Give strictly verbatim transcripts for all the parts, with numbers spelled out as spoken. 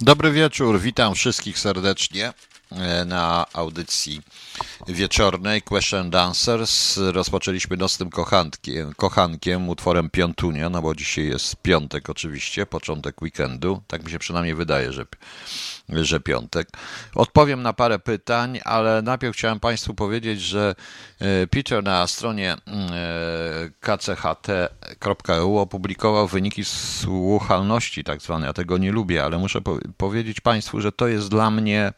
Dobry wieczór, witam wszystkich serdecznie e, na audycji wieczornej Question and Answers. Rozpoczęliśmy nocnym kochankiem, kochankiem, utworem Piątunia, no bo dzisiaj jest piątek oczywiście, początek weekendu, tak mi się przynajmniej wydaje, że, że piątek. Odpowiem na parę pytań, ale najpierw chciałem Państwu powiedzieć, że Peter na stronie k c h t kropka e u opublikował wyniki słuchalności tak zwane. Ja tego nie lubię, ale muszę po- powiedzieć Państwu, że to jest dla mnie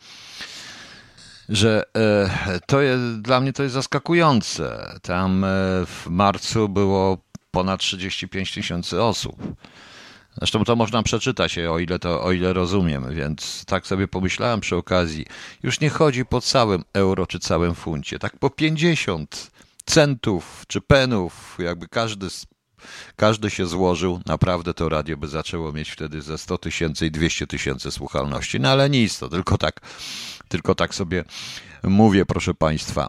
że e, to jest, dla mnie to jest zaskakujące. Tam e, w marcu było ponad trzydzieści pięć tysięcy osób. Zresztą to można przeczytać, o ile to, o ile rozumiem, więc tak sobie pomyślałem przy okazji. Już nie chodzi po całym euro czy całym funcie, tak po pięćdziesiąt centów czy penów, jakby każdy, z- każdy się złożył, naprawdę to radio by zaczęło mieć wtedy ze sto tysięcy i dwieście tysięcy słuchalności. No ale nic, to tylko tak, tylko tak sobie mówię, proszę Państwa.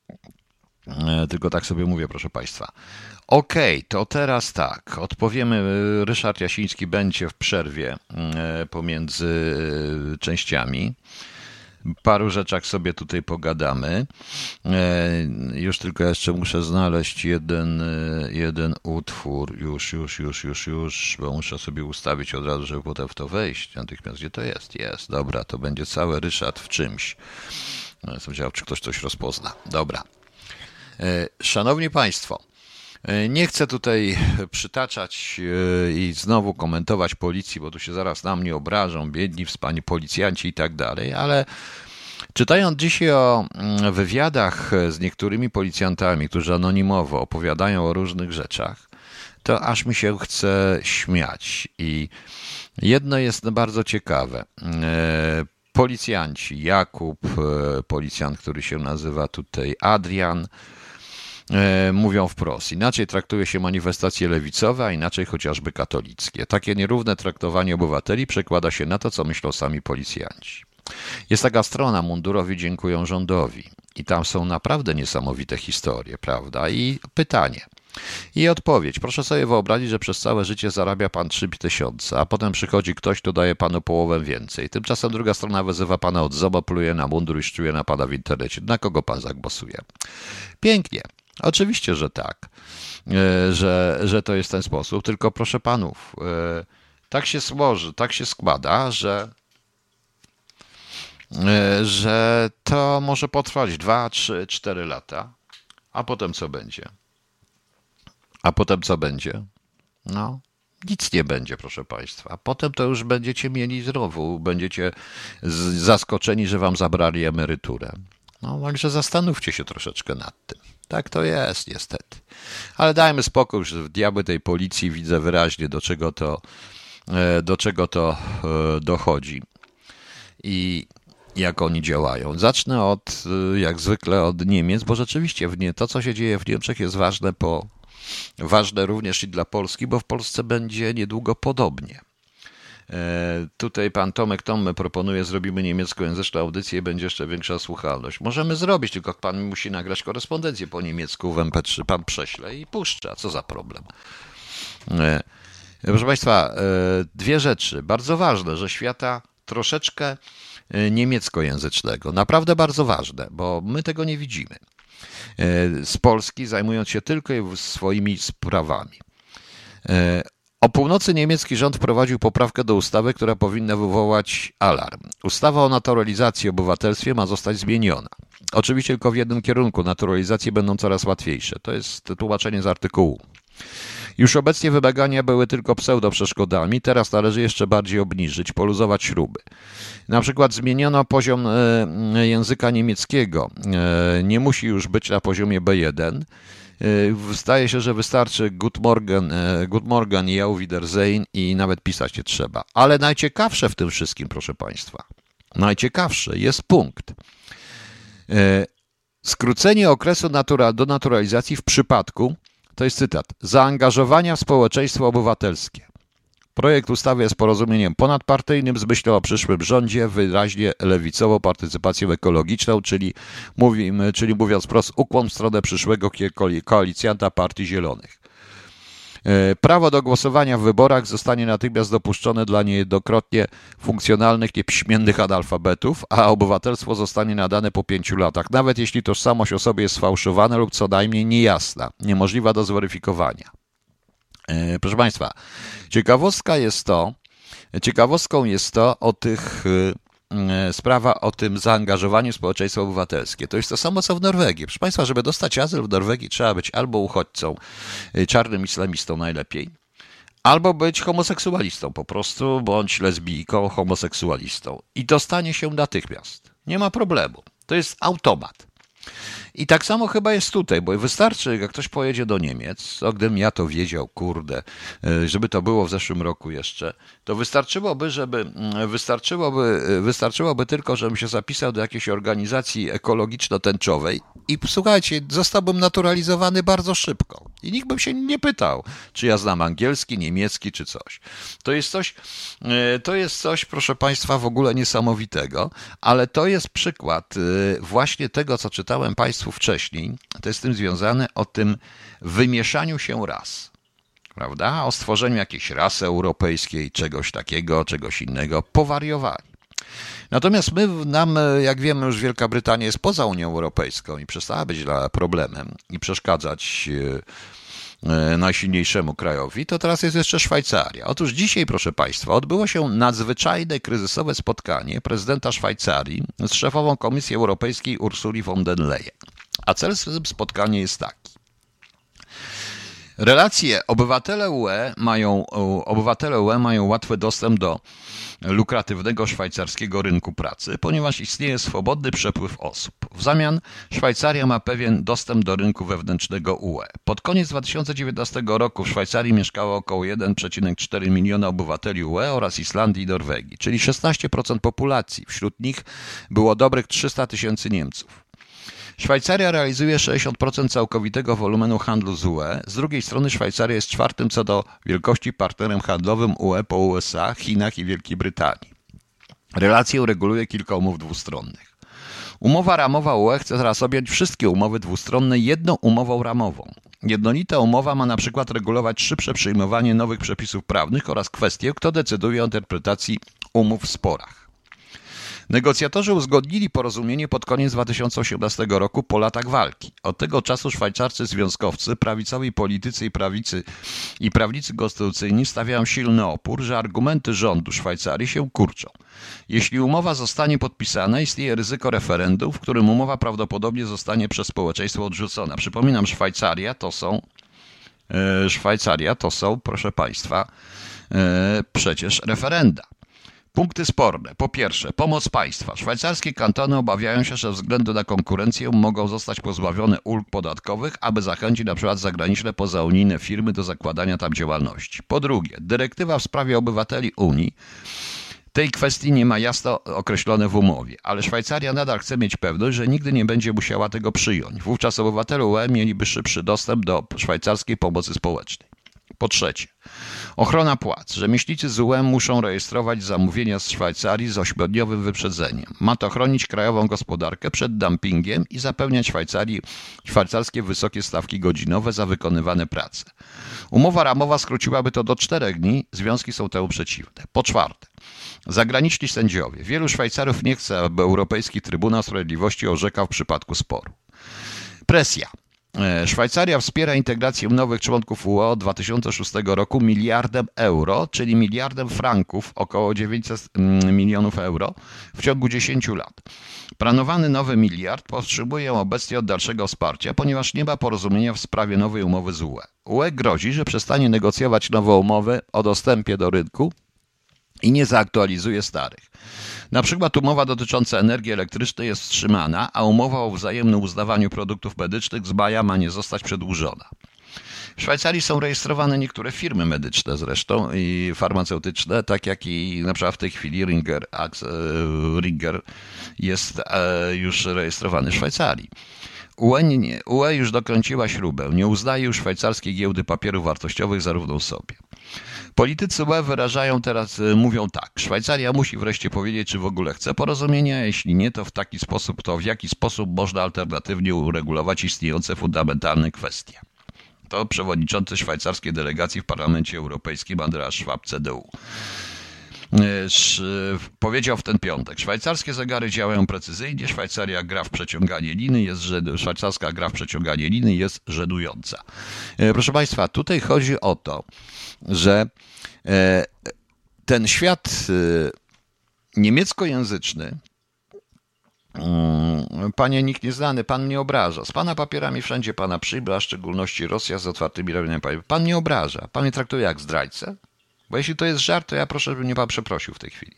E, Tylko tak sobie mówię, proszę Państwa. Okej, to teraz tak. Odpowiemy. Ryszard Jasiński będzie w przerwie e, pomiędzy e, częściami. Paru rzeczach sobie tutaj pogadamy. E, Już tylko jeszcze muszę znaleźć jeden, e, jeden utwór. Już, już, już, już, już, bo muszę sobie ustawić od razu, żeby potem w to wejść. Natychmiast, gdzie to jest? Jest, dobra, to będzie cały Ryszard w czymś. No, jestem ciekaw, czy ktoś coś rozpozna. Dobra. E, Szanowni Państwo, e, nie chcę tutaj przytaczać e, i znowu komentować policji, bo tu się zaraz na mnie obrażą, biedni wspani policjanci i tak dalej, ale czytając dzisiaj o mm, wywiadach z niektórymi policjantami, którzy anonimowo opowiadają o różnych rzeczach, to aż mi się chce śmiać. I jedno jest bardzo ciekawe. E, Policjanci, Jakub, e, policjant, który się nazywa tutaj Adrian, e, mówią wprost. Inaczej traktuje się manifestacje lewicowe, a inaczej chociażby katolickie. Takie nierówne traktowanie obywateli przekłada się na to, co myślą sami policjanci. Jest taka strona, mundurowi dziękują rządowi. I tam są naprawdę niesamowite historie, prawda? I pytanie. I odpowiedź. Proszę sobie wyobrazić, że przez całe życie zarabia pan trzy tysiące, a potem przychodzi ktoś, kto daje panu połowę więcej. Tymczasem druga strona wyzywa pana od zoba, pluje na mundur i szczuje na pana w internecie. Na kogo pan zagłosuje? Pięknie. Oczywiście, że tak, e, że, że to jest ten sposób, tylko proszę panów, e, tak się złoży, tak się składa, że, e, że to może potrwać dwa, trzy, cztery lata, a potem co będzie? A potem co będzie? No, nic nie będzie, proszę Państwa. A potem to już będziecie mieli znowu, będziecie z- zaskoczeni, że Wam zabrali emeryturę. No, także zastanówcie się troszeczkę nad tym. Tak to jest, niestety. Ale dajmy spokój, już w diabły tej policji widzę wyraźnie, do czego to, e, do czego to e, dochodzi i jak oni działają. Zacznę od, e, jak zwykle, od Niemiec, bo rzeczywiście w nie, to, co się dzieje w Niemczech, jest ważne po ważne również i dla Polski, bo w Polsce będzie niedługo podobnie. E, Tutaj pan Tomek Tomme proponuje, zrobimy niemieckojęzyczną audycję i będzie jeszcze większa słuchalność. Możemy zrobić, tylko pan musi nagrać korespondencję po niemiecku w em pe trzy. Pan prześle i puszcza. Co za problem. E, Proszę Państwa, e, dwie rzeczy bardzo ważne, że świata troszeczkę e, niemieckojęzycznego. Naprawdę bardzo ważne, bo my tego nie widzimy z Polski, zajmując się tylko i swoimi sprawami. E, O północy niemiecki rząd wprowadził poprawkę do ustawy, która powinna wywołać alarm. Ustawa o naturalizacji i obywatelstwie ma zostać zmieniona. Oczywiście tylko w jednym kierunku. Naturalizacje będą coraz łatwiejsze. To jest tłumaczenie z artykułu. Już obecnie wymagania były tylko pseudo-przeszkodami, teraz należy jeszcze bardziej obniżyć, poluzować śruby. Na przykład zmieniono poziom e, języka niemieckiego. E, Nie musi już być na poziomie be jeden. E, Zdaje się, że wystarczy Good Morgen, e, Good Morgen i Auf Wiedersehen i nawet pisać nie trzeba. Ale najciekawsze w tym wszystkim, proszę Państwa, najciekawsze jest punkt. E, Skrócenie okresu natura, do naturalizacji w przypadku, to jest cytat, zaangażowania w społeczeństwo obywatelskie. Projekt ustawy jest porozumieniem ponadpartyjnym z myślą o przyszłym rządzie, wyraźnie lewicową partycypacją ekologiczną, czyli, mówimy, czyli mówiąc wprost, ukłon w stronę przyszłego koalicjanta Partii Zielonych. Prawo do głosowania w wyborach zostanie natychmiast dopuszczone dla niejednokrotnie funkcjonalnych, niepiśmiennych analfabetów, a obywatelstwo zostanie nadane po pięciu latach, nawet jeśli tożsamość osoby jest sfałszowana lub co najmniej niejasna, niemożliwa do zweryfikowania. Proszę Państwa, ciekawostka jest to, ciekawostką jest to o tych sprawa o tym zaangażowaniu społeczeństwa obywatelskie. To jest to samo, co w Norwegii. Proszę Państwa, żeby dostać azyl w Norwegii, trzeba być albo uchodźcą, czarnym islamistą najlepiej, albo być homoseksualistą po prostu, bądź lesbijką, homoseksualistą. I dostanie się natychmiast. Nie ma problemu. To jest automat. I tak samo chyba jest tutaj, bo wystarczy, jak ktoś pojedzie do Niemiec, o gdybym ja to wiedział, kurde, żeby to było w zeszłym roku jeszcze, to wystarczyłoby, żeby, wystarczyłoby, wystarczyłoby tylko, żebym się zapisał do jakiejś organizacji ekologiczno-tęczowej i słuchajcie, zostałbym naturalizowany bardzo szybko. I nikt by się nie pytał, czy ja znam angielski, niemiecki, czy coś. To jest coś, to jest coś, proszę Państwa, w ogóle niesamowitego, ale to jest przykład właśnie tego, co czytałem Państwu wcześniej, to jest z tym związane o tym wymieszaniu się ras, prawda? O stworzeniu jakiejś rasy europejskiej, czegoś takiego, czegoś innego, powariowali. Natomiast my, nam, jak wiemy, już Wielka Brytania jest poza Unią Europejską i przestała być dla problemem i przeszkadzać najsilniejszemu krajowi, to teraz jest jeszcze Szwajcaria. Otóż dzisiaj, proszę Państwa, odbyło się nadzwyczajne kryzysowe spotkanie prezydenta Szwajcarii z szefową Komisji Europejskiej Ursuli von der Leyen. A cel tego spotkania jest taki. Relacje obywatele U E mają, obywatele U E mają łatwy dostęp do lukratywnego szwajcarskiego rynku pracy, ponieważ istnieje swobodny przepływ osób. W zamian Szwajcaria ma pewien dostęp do rynku wewnętrznego U E. Pod koniec dwa tysiące dziewiętnastego roku w Szwajcarii mieszkało około jeden przecinek cztery miliona obywateli U E oraz Islandii i Norwegii, czyli szesnaście procent populacji. Wśród nich było dobrych trzysta tysięcy Niemców. Szwajcaria realizuje sześćdziesiąt procent całkowitego wolumenu handlu z U E. Z drugiej strony Szwajcaria jest czwartym co do wielkości partnerem handlowym U E po U S A, Chinach i Wielkiej Brytanii. Relacje ureguluje kilka umów dwustronnych. Umowa ramowa U E chce teraz objąć wszystkie umowy dwustronne jedną umową ramową. Jednolita umowa ma na przykład regulować szybsze przyjmowanie nowych przepisów prawnych oraz kwestie, kto decyduje o interpretacji umów w sporach. Negocjatorzy uzgodnili porozumienie pod koniec dwa tysiące osiemnastego roku po latach walki. Od tego czasu szwajcarscy związkowcy, prawicowi politycy i, prawicy, i prawnicy konstytucyjni stawiają silny opór, że argumenty rządu Szwajcarii się kurczą. Jeśli umowa zostanie podpisana, istnieje ryzyko referendum, w którym umowa prawdopodobnie zostanie przez społeczeństwo odrzucona. Przypominam, Szwajcaria to są, e, Szwajcaria to są, proszę Państwa, e, przecież referenda. Punkty sporne. Po pierwsze, pomoc państwa. Szwajcarskie kantony obawiają się, że ze względu na konkurencję mogą zostać pozbawione ulg podatkowych, aby zachęcić na przykład zagraniczne pozaunijne firmy do zakładania tam działalności. Po drugie, dyrektywa w sprawie obywateli Unii. Tej kwestii nie ma jasno określone w umowie, ale Szwajcaria nadal chce mieć pewność, że nigdy nie będzie musiała tego przyjąć. Wówczas obywatele U E mieliby szybszy dostęp do szwajcarskiej pomocy społecznej. Po trzecie, ochrona płac. Rzemieślnicy z U E muszą rejestrować zamówienia z Szwajcarii z ośmiodniowym wyprzedzeniem. Ma to chronić krajową gospodarkę przed dumpingiem i zapewniać Szwajcarii szwajcarskie wysokie stawki godzinowe za wykonywane prace. Umowa ramowa skróciłaby to do czterech dni, związki są temu przeciwne. Po czwarte, zagraniczni sędziowie. Wielu Szwajcarów nie chce, aby Europejski Trybunał Sprawiedliwości orzekał w przypadku sporu. Presja. Szwajcaria wspiera integrację nowych członków U E od dwa tysiące szóstego roku miliardem euro, czyli miliardem franków, około dziewięćset milionów euro w ciągu dziesięciu lat. Planowany nowy miliard potrzebuje obecnie od dalszego wsparcia, ponieważ nie ma porozumienia w sprawie nowej umowy z U E. U E grozi, że przestanie negocjować nowe umowy o dostępie do rynku i nie zaaktualizuje starych. Na przykład umowa dotycząca energii elektrycznej jest wstrzymana, a umowa o wzajemnym uznawaniu produktów medycznych z maja ma nie zostać przedłużona. W Szwajcarii są rejestrowane niektóre firmy medyczne zresztą i farmaceutyczne, tak jak i na przykład w tej chwili Ringer, Ringer jest już rejestrowany w Szwajcarii. U E, nie, U E już dokręciła śrubę, nie uznaje już szwajcarskiej giełdy papierów wartościowych za równą sobie. Politycy U E wyrażają teraz, mówią tak, Szwajcaria musi wreszcie powiedzieć, czy w ogóle chce porozumienia, a jeśli nie, to w taki sposób, to w jaki sposób można alternatywnie uregulować istniejące fundamentalne kwestie. to przewodniczący szwajcarskiej delegacji w Parlamencie Europejskim Andreas Schwab, C D U. Powiedział w ten piątek: szwajcarskie zegary działają precyzyjnie, Szwajcaria gra w przeciąganie liny, jest żed... szwajcarska gra w przeciąganie liny jest żenująca. Proszę Państwa, tutaj chodzi o to, że ten świat niemieckojęzyczny, panie nikt nieznany, pan mnie obraża. Z pana papierami wszędzie pana przyjmę, a w szczególności Rosja z otwartymi ramionami. Pan mnie obraża. Pan mnie traktuje jak zdrajcę? Bo jeśli to jest żart, to ja proszę, żeby mnie pan przeprosił w tej chwili.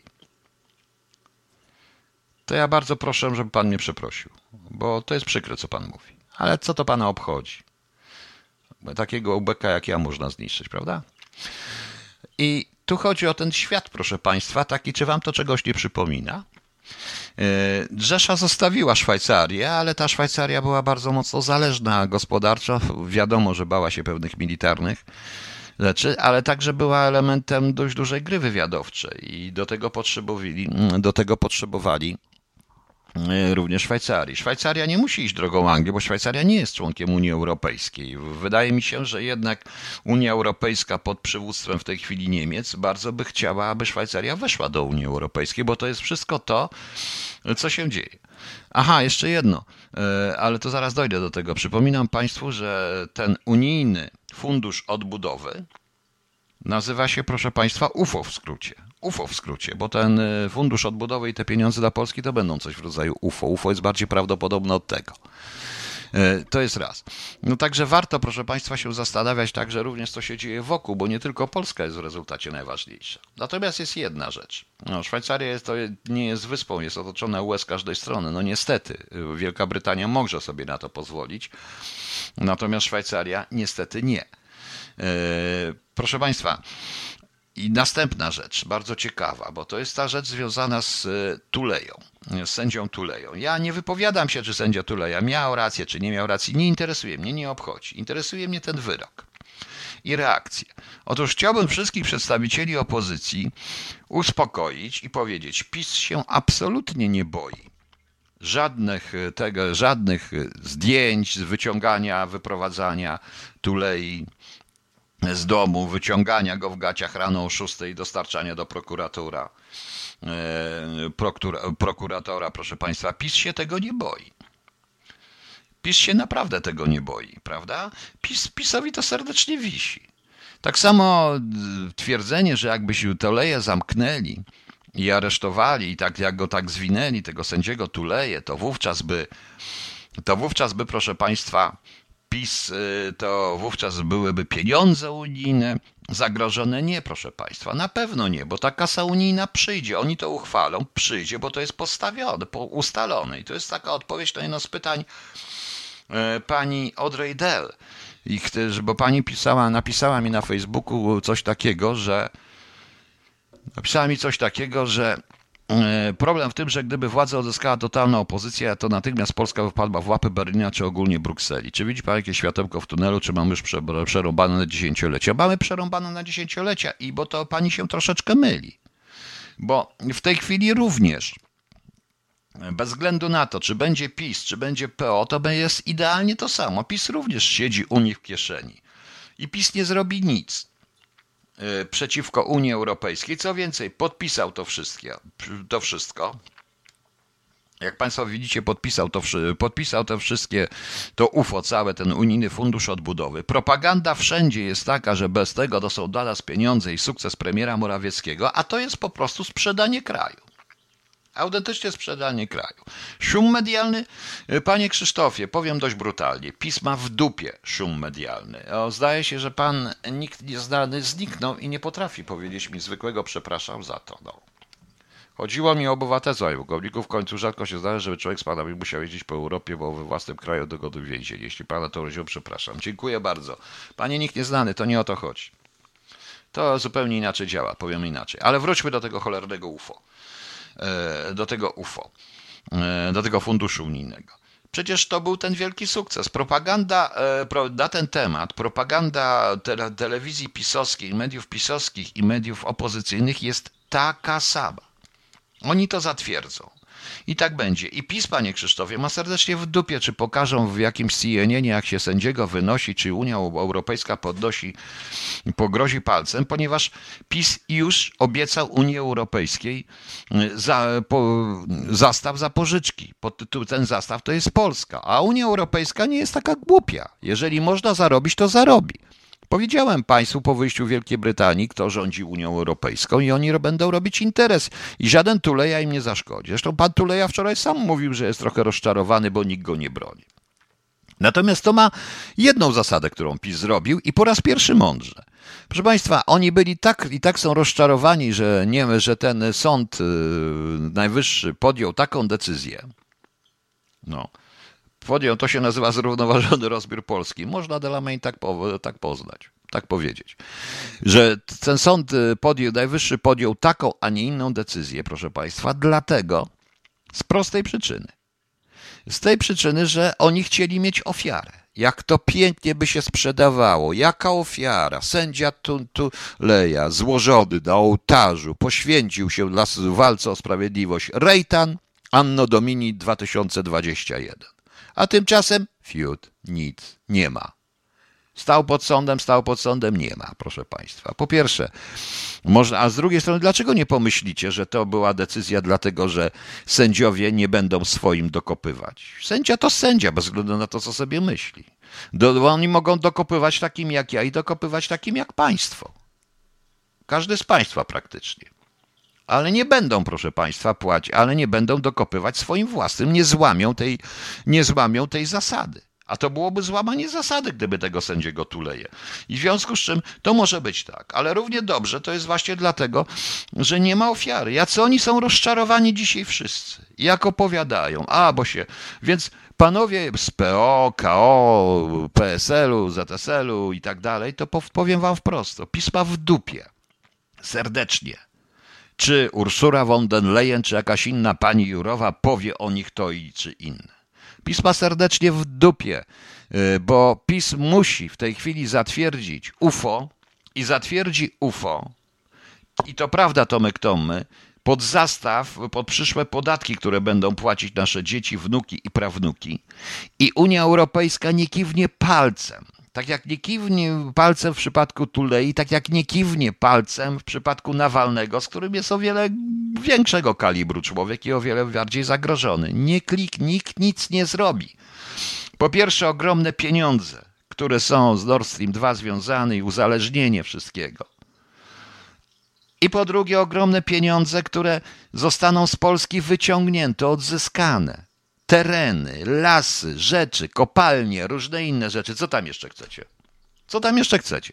To ja bardzo proszę, żeby pan mnie przeprosił. Bo to jest przykre, co pan mówi. Ale co to pana obchodzi? Bo takiego ubeka jak ja można zniszczyć, prawda? I tu chodzi o ten świat, proszę państwa, taki, czy wam to czegoś nie przypomina? Rzesza zostawiła Szwajcarię, ale ta Szwajcaria była bardzo mocno zależna gospodarczo. Wiadomo, że bała się pewnych militarnych rzeczy, ale także była elementem dość dużej gry wywiadowczej i do tego potrzebowali, do tego potrzebowali również Szwajcarii. Szwajcaria nie musi iść drogą Anglii, bo Szwajcaria nie jest członkiem Unii Europejskiej. Wydaje mi się, że jednak Unia Europejska pod przywództwem w tej chwili Niemiec bardzo by chciała, aby Szwajcaria weszła do Unii Europejskiej, bo to jest wszystko to, co się dzieje. Aha, jeszcze jedno, ale to zaraz dojdę do tego. Przypominam Państwu, że ten unijny fundusz odbudowy nazywa się, proszę Państwa, U F O w skrócie. U F O w skrócie, bo ten fundusz odbudowy i te pieniądze dla Polski to będą coś w rodzaju U F O. U F O jest bardziej prawdopodobne od tego. To jest raz. No także warto, proszę Państwa, się zastanawiać także również, co się dzieje wokół, bo nie tylko Polska jest w rezultacie najważniejsza. Natomiast jest jedna rzecz. No, Szwajcaria jest, to nie jest wyspą, jest otoczona U E z każdej strony. No niestety, Wielka Brytania może sobie na to pozwolić, natomiast Szwajcaria niestety nie. Proszę Państwa, i następna rzecz, bardzo ciekawa, bo to jest ta rzecz związana z Tuleją, z sędzią Tuleją. Ja nie wypowiadam się, czy sędzia Tuleja miał rację, czy nie miał racji. Nie interesuje mnie, nie obchodzi. Interesuje mnie ten wyrok i reakcje. Otóż chciałbym wszystkich przedstawicieli opozycji uspokoić i powiedzieć: PiS się absolutnie nie boi żadnych, tego, żadnych zdjęć, wyciągania, wyprowadzania Tulei z domu, wyciągania go w gaciach rano o szóstej i dostarczania do prokuratora. Prokura, prokuratora, proszę Państwa, PiS się tego nie boi. PiS się naprawdę tego nie boi, prawda? PiS, PiSowi to serdecznie wisi. Tak samo twierdzenie, że jakby się Tuleję zamknęli i aresztowali, i tak jak go tak zwinęli, tego sędziego Tuleję, to wówczas by, to wówczas by, proszę Państwa, PiS, to wówczas byłyby pieniądze unijne zagrożone. Nie, proszę Państwa, na pewno nie, bo ta kasa unijna przyjdzie, oni to uchwalą, przyjdzie, bo to jest postawione, ustalone. I to jest taka odpowiedź na jedno z pytań pani Audrey Dell, I, bo pani pisała, napisała mi na Facebooku coś takiego, że napisała mi coś takiego, że problem w tym, że gdyby władza odzyskała totalna opozycja, to natychmiast Polska wypadła w łapy Berlina czy ogólnie Brukseli. Czy widzi pan jakieś światełko w tunelu, czy mamy już przerąbane na dziesięciolecia? Mamy przerąbane na dziesięciolecia i bo to pani się troszeczkę myli. Bo w tej chwili również, bez względu na to, czy będzie PiS, czy będzie P O, to jest idealnie to samo. PiS również siedzi u nich w kieszeni. I PiS nie zrobi nic przeciwko Unii Europejskiej. Co więcej, podpisał to wszystko. To wszystko. Jak Państwo widzicie, podpisał to, podpisał to wszystkie, to U F O, całe ten unijny fundusz odbudowy. Propaganda wszędzie jest taka, że bez tego to są dla nas pieniądze i sukces premiera Morawieckiego, a to jest po prostu sprzedanie kraju. Autentycznie sprzedanie kraju. Szum medialny, panie Krzysztofie, powiem dość brutalnie, PiS ma w dupie szum medialny. O, zdaje się, że pan nikt nieznany zniknął i nie potrafi powiedzieć mi zwykłego przepraszam za to. No. Chodziło mi o obywatelstwo i pułkowników. W końcu rzadko się zdarza, żeby człowiek z panami musiał jeździć po Europie, bo we własnym kraju dogody więzień. Jeśli pana to rodziło, przepraszam. Dziękuję bardzo. Panie nikt nieznany, to nie o to chodzi. To zupełnie inaczej działa, powiem inaczej. Ale wróćmy do tego cholernego U F O. Do tego U F O, do tego funduszu unijnego. Przecież to był ten wielki sukces. Propaganda na ten temat, propaganda te, telewizji pisowskiej, mediów pisowskich i mediów opozycyjnych jest taka sama. Oni to zatwierdzą. I tak będzie. I PiS, panie Krzysztofie, ma serdecznie w dupie, czy pokażą w jakimś C N N, jak się sędziego wynosi, czy Unia Europejska podnosi, pogrozi palcem, ponieważ PiS już obiecał Unii Europejskiej za, po, zastaw za pożyczki. Pod tytuł, ten zastaw to jest Polska, a Unia Europejska nie jest taka głupia. Jeżeli można zarobić, to zarobi. Powiedziałem państwu po wyjściu Wielkiej Brytanii, kto rządzi Unią Europejską i oni będą robić interes i żaden Tuleja im nie zaszkodzi. Zresztą pan Tuleja wczoraj sam mówił, że jest trochę rozczarowany, bo nikt go nie broni. Natomiast to ma jedną zasadę, którą PiS zrobił i po raz pierwszy mądrze. Proszę państwa, oni byli tak i tak są rozczarowani, że nie, że ten sąd yy, najwyższy podjął taką decyzję. No. Podjął, to się nazywa zrównoważony rozbiór Polski. Można Delamain tak, po, tak poznać, tak powiedzieć. Że ten sąd podjął, najwyższy podjął taką, a nie inną decyzję, proszę państwa, dlatego z prostej przyczyny. Z tej przyczyny, że oni chcieli mieć ofiarę. Jak to pięknie by się sprzedawało. Jaka ofiara? Sędzia Tuleja, złożony na ołtarzu, poświęcił się dla walce o sprawiedliwość. Rejtan Anno Domini dwa tysiące dwudziesty pierwszy. A tymczasem fiut, nic nie ma. Stał pod sądem, stał pod sądem, nie ma, proszę państwa. Po pierwsze, można, a z drugiej strony, dlaczego nie pomyślicie, że to była decyzja dlatego, że sędziowie nie będą swoim dokopywać? Sędzia to sędzia, bez względu na to, co sobie myśli. Do, oni mogą dokopywać takim jak ja i dokopywać takim jak państwo. Każdy z państwa praktycznie. Ale nie będą, proszę państwa, płacić, ale nie będą dokopywać swoim własnym, nie złamią tej, nie złamią tej zasady. A to byłoby złamanie zasady, gdyby tego sędziego Tuleje. I w związku z czym to może być tak. Ale równie dobrze to jest właśnie dlatego, że nie ma ofiary. Jacy oni są rozczarowani dzisiaj wszyscy. Jak opowiadają. A, bo się... Więc panowie z P O, K O, P S L-u, Z S L-u i tak dalej, to powiem wam wprost. PiS ma w dupie. Serdecznie. Czy Ursula von der Leyen, czy jakaś inna pani Jurowa powie o nich to i czy inne. PiS ma serdecznie w dupie, bo PiS musi w tej chwili zatwierdzić U F O i zatwierdzi U F O, i to prawda, Tomek Tommy, pod zastaw, pod przyszłe podatki, które będą płacić nasze dzieci, wnuki i prawnuki. I Unia Europejska nie kiwnie palcem. Tak jak nie kiwnie palcem w przypadku Tulei, tak jak nie kiwnie palcem w przypadku Nawalnego, z którym jest o wiele większego kalibru człowiek i o wiele bardziej zagrożony. Nie klik, nikt nic nie zrobi. Po pierwsze, ogromne pieniądze, które są z Nord Stream dwa związane i uzależnienie wszystkiego. I po drugie, ogromne pieniądze, które zostaną z Polski wyciągnięte, odzyskane. Tereny, lasy, rzeczy, kopalnie, różne inne rzeczy. Co tam jeszcze chcecie? Co tam jeszcze chcecie?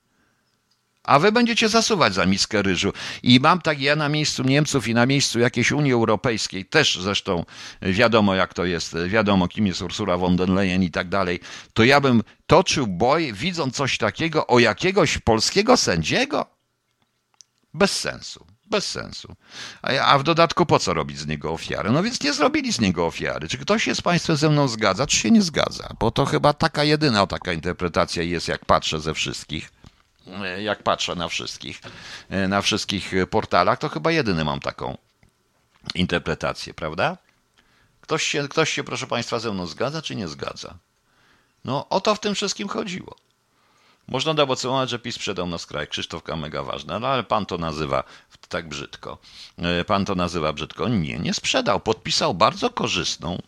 A wy będziecie zasuwać za miskę ryżu. I mam tak, ja na miejscu Niemców i na miejscu jakiejś Unii Europejskiej, też zresztą wiadomo jak to jest, wiadomo kim jest Ursula von der Leyen i tak dalej, to ja bym toczył boj, widząc coś takiego, o jakiegoś polskiego sędziego? Bez sensu. Bez sensu. A, a w dodatku po co robić z niego ofiarę? No więc nie zrobili z niego ofiary. Czy ktoś się z państwem ze mną zgadza, czy się nie zgadza? Bo to chyba taka jedyna taka interpretacja jest, jak patrzę ze wszystkich, jak patrzę na wszystkich, na wszystkich portalach, to chyba jedyny mam taką interpretację, prawda? Ktoś się, ktoś się, proszę państwa, ze mną zgadza, czy nie zgadza? No o to w tym wszystkim chodziło. Można dowodzować, że PiS sprzedał nas kraj. Krzysztofka mega ważna, no ale pan to nazywa tak brzydko. Pan to nazywa brzydko. Nie, nie sprzedał. Podpisał bardzo korzystną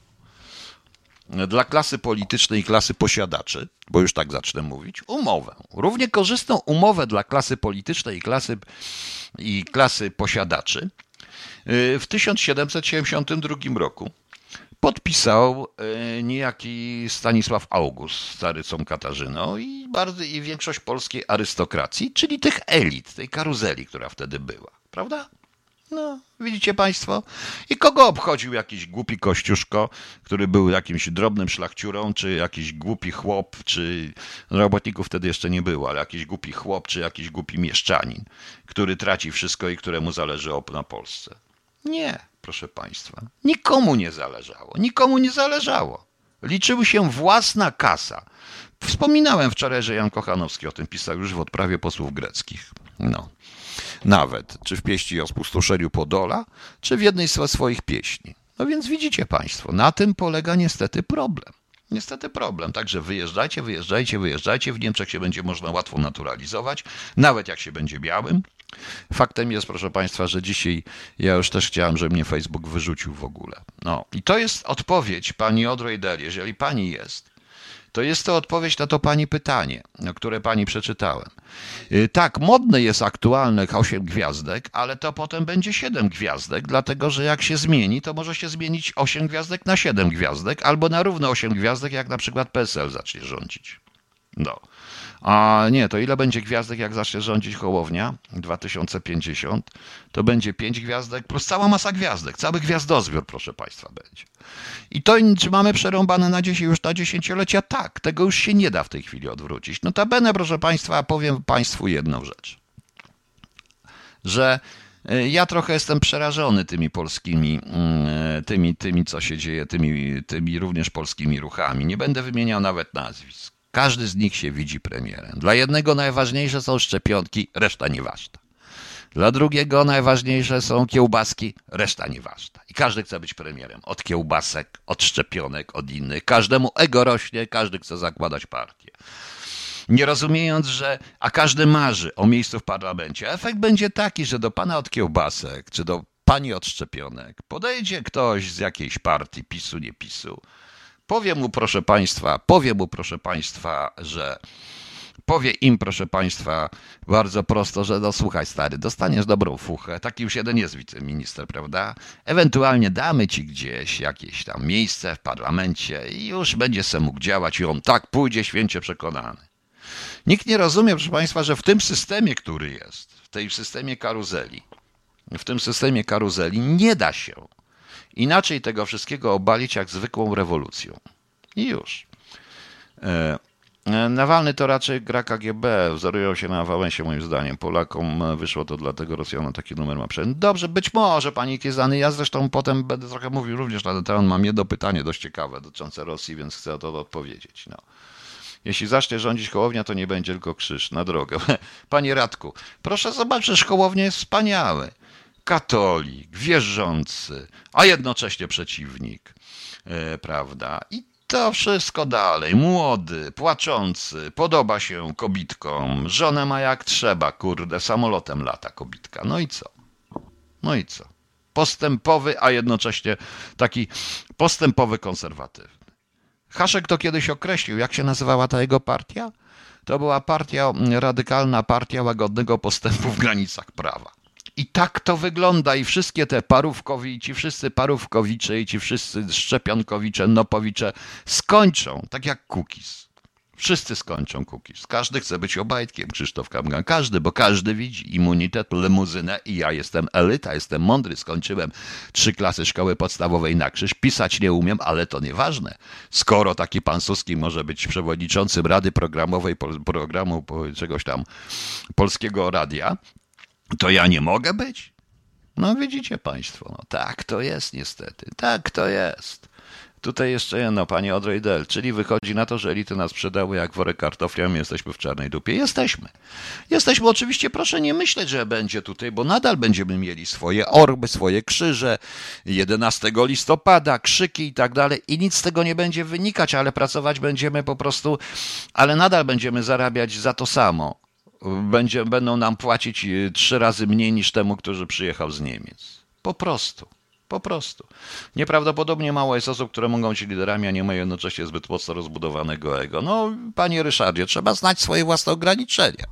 dla klasy politycznej i klasy posiadaczy, bo już tak zacznę mówić, umowę. Równie korzystną umowę dla klasy politycznej i klasy, i klasy posiadaczy w tysiąc siedemset siedemdziesiątym drugim roku podpisał niejaki Stanisław August z carycą Katarzyną i, bardzo, i większość polskiej arystokracji, czyli tych elit, tej karuzeli, która wtedy była. Prawda? No, widzicie państwo? I kogo obchodził jakiś głupi kościuszko, który był jakimś drobnym szlachciurą, czy jakiś głupi chłop, czy robotników wtedy jeszcze nie było, ale jakiś głupi chłop, czy jakiś głupi mieszczanin, który traci wszystko i któremu zależy na Polsce. Nie, proszę państwa. Nikomu nie zależało. Nikomu nie zależało. Liczyła się własna kasa. Wspominałem wczoraj, że Jan Kochanowski o tym pisał już w odprawie posłów greckich. No. Nawet, czy w pieśni o spustoszeniu Podola, czy w jednej ze swoich pieśni. No więc widzicie Państwo, na tym polega niestety problem. Niestety problem. Także wyjeżdżajcie, wyjeżdżajcie, wyjeżdżajcie. W Niemczech się będzie można łatwo naturalizować, nawet jak się będzie białym. Faktem jest, proszę Państwa, że dzisiaj ja już też chciałem, żeby mnie Facebook wyrzucił w ogóle. No i to jest odpowiedź pani Audrey Dell, jeżeli pani jest. To jest to odpowiedź na to pani pytanie, które pani przeczytałem. Tak, modne jest aktualne osiem gwiazdek, ale to potem będzie siedem gwiazdek, dlatego że jak się zmieni, to może się zmienić osiem gwiazdek na siedem gwiazdek, albo na równo osiem gwiazdek, jak na przykład P S L zacznie rządzić. No. A nie, to ile będzie gwiazdek, jak zacznie rządzić Hołownia dwa tysiące pięćdziesiąt? To będzie pięć gwiazdek plus cała masa gwiazdek. Cały gwiazdozbiór, proszę Państwa, będzie. I to czy mamy przerąbane na dziesięć, już na dziesięciolecia? Tak, tego już się nie da w tej chwili odwrócić. Notabene, proszę Państwa, powiem Państwu jedną rzecz. Że ja trochę jestem przerażony tymi polskimi, tymi, tymi co się dzieje, tymi, tymi również polskimi ruchami. Nie będę wymieniał nawet nazwisk. Każdy z nich się widzi premierem. Dla jednego najważniejsze są szczepionki, reszta nieważna. Dla drugiego najważniejsze są kiełbaski, reszta nieważna. I każdy chce być premierem. Od kiełbasek, od szczepionek, od innych. Każdemu ego rośnie, każdy chce zakładać partię. Nie rozumiejąc, że a każdy marzy o miejscu w parlamencie. Efekt będzie taki, że do pana od kiełbasek, czy do pani od szczepionek podejdzie ktoś z jakiejś partii, PiSu, nie PiSu. Powie mu, proszę Państwa, powie mu, proszę Państwa, że powie im, proszę Państwa, bardzo prosto, że no słuchaj stary, dostaniesz dobrą fuchę, taki już jeden jest wiceminister, prawda? Ewentualnie damy ci gdzieś jakieś tam miejsce w parlamencie i już będzie se mógł działać i on tak pójdzie święcie przekonany. Nikt nie rozumie, proszę Państwa, że w tym systemie, który jest, w tej systemie karuzeli, w tym systemie karuzeli nie da się inaczej tego wszystkiego obalić jak zwykłą rewolucją. I już. Nawalny to raczej gra K G B, wzorują się na Wałęsie moim zdaniem. Polakom wyszło to dlatego, Rosjanom taki numer ma przejść. Dobrze, być może, pani Kiezany, ja zresztą potem będę trochę mówił również na ten temat. Mam jedno pytanie dość ciekawe dotyczące Rosji, więc chcę o to odpowiedzieć. No. Jeśli zacznie rządzić Hołownia, to nie będzie tylko krzyż na drogę. Panie Radku, proszę zobaczyć, że Hołownia jest wspaniały. Katolik, wierzący, a jednocześnie przeciwnik, e, prawda? I to wszystko dalej. Młody, płaczący, podoba się kobitkom, żonę ma jak trzeba, kurde, samolotem lata kobitka. No i co? No i co? Postępowy, a jednocześnie taki postępowy konserwatywny. Haszek to kiedyś określił, jak się nazywała ta jego partia? To była partia, radykalna partia łagodnego postępu w granicach prawa. I tak to wygląda i wszystkie te parówkowi, ci wszyscy parówkowicze i ci wszyscy szczepionkowicze, nopowicze skończą, tak jak Kukiz. Wszyscy skończą Kukiz. Każdy chce być Obajtkiem, Krzysztof Kamgan. Każdy, bo każdy widzi immunitet, limuzynę i ja jestem elita, jestem mądry, skończyłem trzy klasy szkoły podstawowej na krzyż. Pisać nie umiem, ale to nieważne. Skoro taki pan Suski może być przewodniczącym Rady Programowej programu czegoś tam Polskiego Radia, to ja nie mogę być? No widzicie Państwo, no tak to jest niestety, tak to jest. Tutaj jeszcze jedno, pani Audrey Dell, czyli wychodzi na to, że elity nas sprzedały jak worek kartofli, a my jesteśmy w czarnej dupie. Jesteśmy. Jesteśmy, oczywiście proszę nie myśleć, że będzie tutaj, bo nadal będziemy mieli swoje orby, swoje krzyże, jedenastego listopada, krzyki i tak dalej i nic z tego nie będzie wynikać, ale pracować będziemy po prostu, ale nadal będziemy zarabiać za to samo. Będzie, będą nam płacić trzy razy mniej niż temu, który przyjechał z Niemiec. Po prostu. Po prostu. Nieprawdopodobnie mało jest osób, które mogą być liderami, a nie mają jednocześnie zbyt mocno rozbudowanego ego. No, panie Ryszardzie, trzeba znać swoje własne ograniczenia.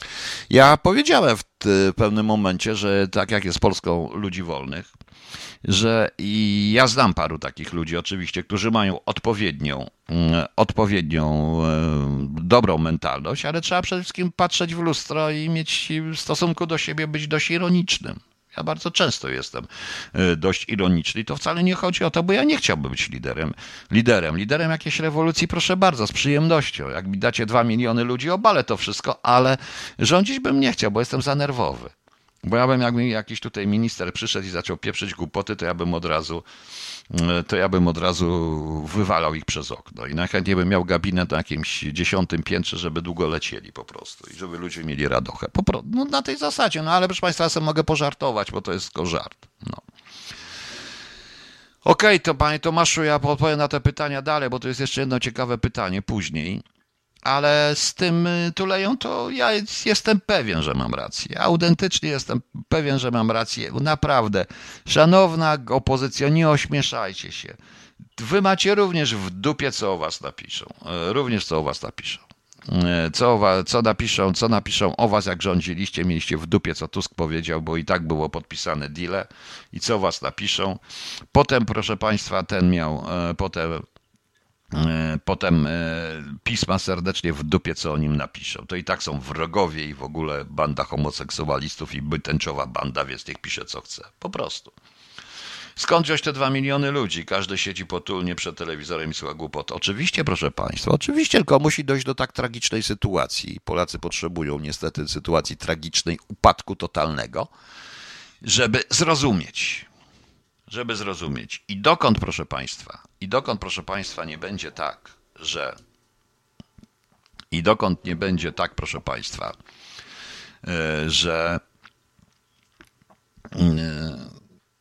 Ja powiedziałem w pewnym momencie, że tak jak jest Polską ludzi wolnych, że i ja znam paru takich ludzi oczywiście, którzy mają odpowiednią, odpowiednią dobrą mentalność, ale trzeba przede wszystkim patrzeć w lustro i mieć w stosunku do siebie być dość ironicznym. Ja bardzo często jestem dość ironiczny i to wcale nie chodzi o to, bo ja nie chciałbym być liderem. Liderem, liderem jakiejś rewolucji, proszę bardzo, z przyjemnością. Jak mi dacie dwa miliony ludzi, obalę to wszystko, ale rządzić bym nie chciał, bo jestem za nerwowy. Bo ja bym, jak mi jakiś tutaj minister przyszedł i zaczął pieprzyć głupoty, to ja bym od razu, to ja bym od razu wywalał ich przez okno. I najchętniej bym miał gabinet na jakimś dziesiątym piętrze, żeby długo lecieli po prostu i żeby ludzie mieli radochę. Po prostu, no na tej zasadzie, no ale proszę Państwa, ja sobie mogę pożartować, bo to jest tylko żart. No. Okej, to panie Tomaszu, ja odpowiem na te pytania dalej, bo to jest jeszcze jedno ciekawe pytanie później. Ale z tym y, tuleją to ja jestem pewien, że mam rację. Autentycznie jestem pewien, że mam rację. Naprawdę. Szanowna opozycja, nie ośmieszajcie się. Wy macie również w dupie, co o was napiszą. E, Również co o was napiszą. E, Co, o wa- co napiszą, co napiszą o was, jak rządziliście, mieliście w dupie, co Tusk powiedział, bo i tak było podpisane deale i co o was napiszą. Potem, proszę państwa, ten miał, e, potem E, Potem e, pisma serdecznie w dupie, co o nim napiszą. To i tak są wrogowie i w ogóle banda homoseksualistów i tęczowa banda, więc niech pisze co chce. Po prostu. Skąd wziąć te dwa miliony ludzi? Każdy siedzi potulnie przed telewizorem i słucha głupot. Oczywiście, proszę państwa, oczywiście, tylko musi dojść do tak tragicznej sytuacji. Polacy potrzebują niestety sytuacji tragicznej, upadku totalnego, żeby zrozumieć. Żeby zrozumieć. I dokąd, proszę państwa, i dokąd, proszę państwa, nie będzie tak, że i dokąd nie będzie tak, proszę państwa, e, że e,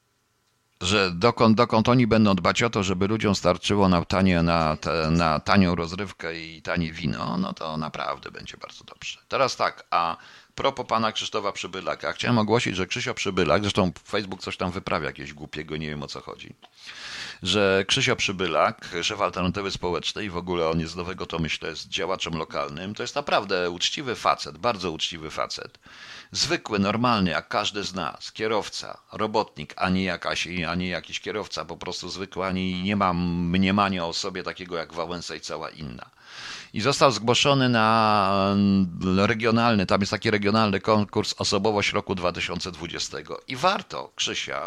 że dokąd, dokąd oni będą dbać o to, żeby ludziom starczyło na, tanie, na, te, na tanią rozrywkę i tanie wino, no to naprawdę będzie bardzo dobrze. Teraz tak, a propos pana Krzysztofa Przybylaka, chciałem ogłosić, że Krzysio Przybylak, zresztą Facebook coś tam wyprawia jakiegoś głupiego, nie wiem o co chodzi, że Krzysio Przybylak, szef Alternatywy Społecznej, w ogóle on jest nowego, to myślę, jest działaczem lokalnym, to jest naprawdę uczciwy facet, bardzo uczciwy facet. Zwykły, normalny, jak każdy z nas, kierowca, robotnik, ani, jakaś, ani jakiś kierowca, po prostu zwykły, ani nie ma mniemania o sobie takiego jak Wałęsa i cała inna. I został zgłoszony na regionalny, tam jest taki regionalny konkurs Osobowość roku dwa tysiące dwudziestego i warto Krzysia,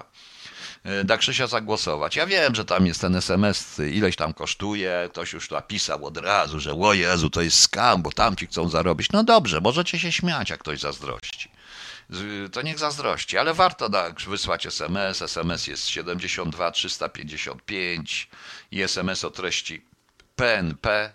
na Krzysia zagłosować. Ja wiem, że tam jest ten es em es, ileś tam kosztuje, ktoś już napisał od razu, że o Jezu, to jest skam, bo tamci chcą zarobić. No dobrze, możecie się śmiać, jak ktoś zazdrości. To niech zazdrości, ale warto tak wysłać es em es. es em es jest siedemdziesiąt dwa trzysta pięćdziesiąt pięć i es em es o treści p n p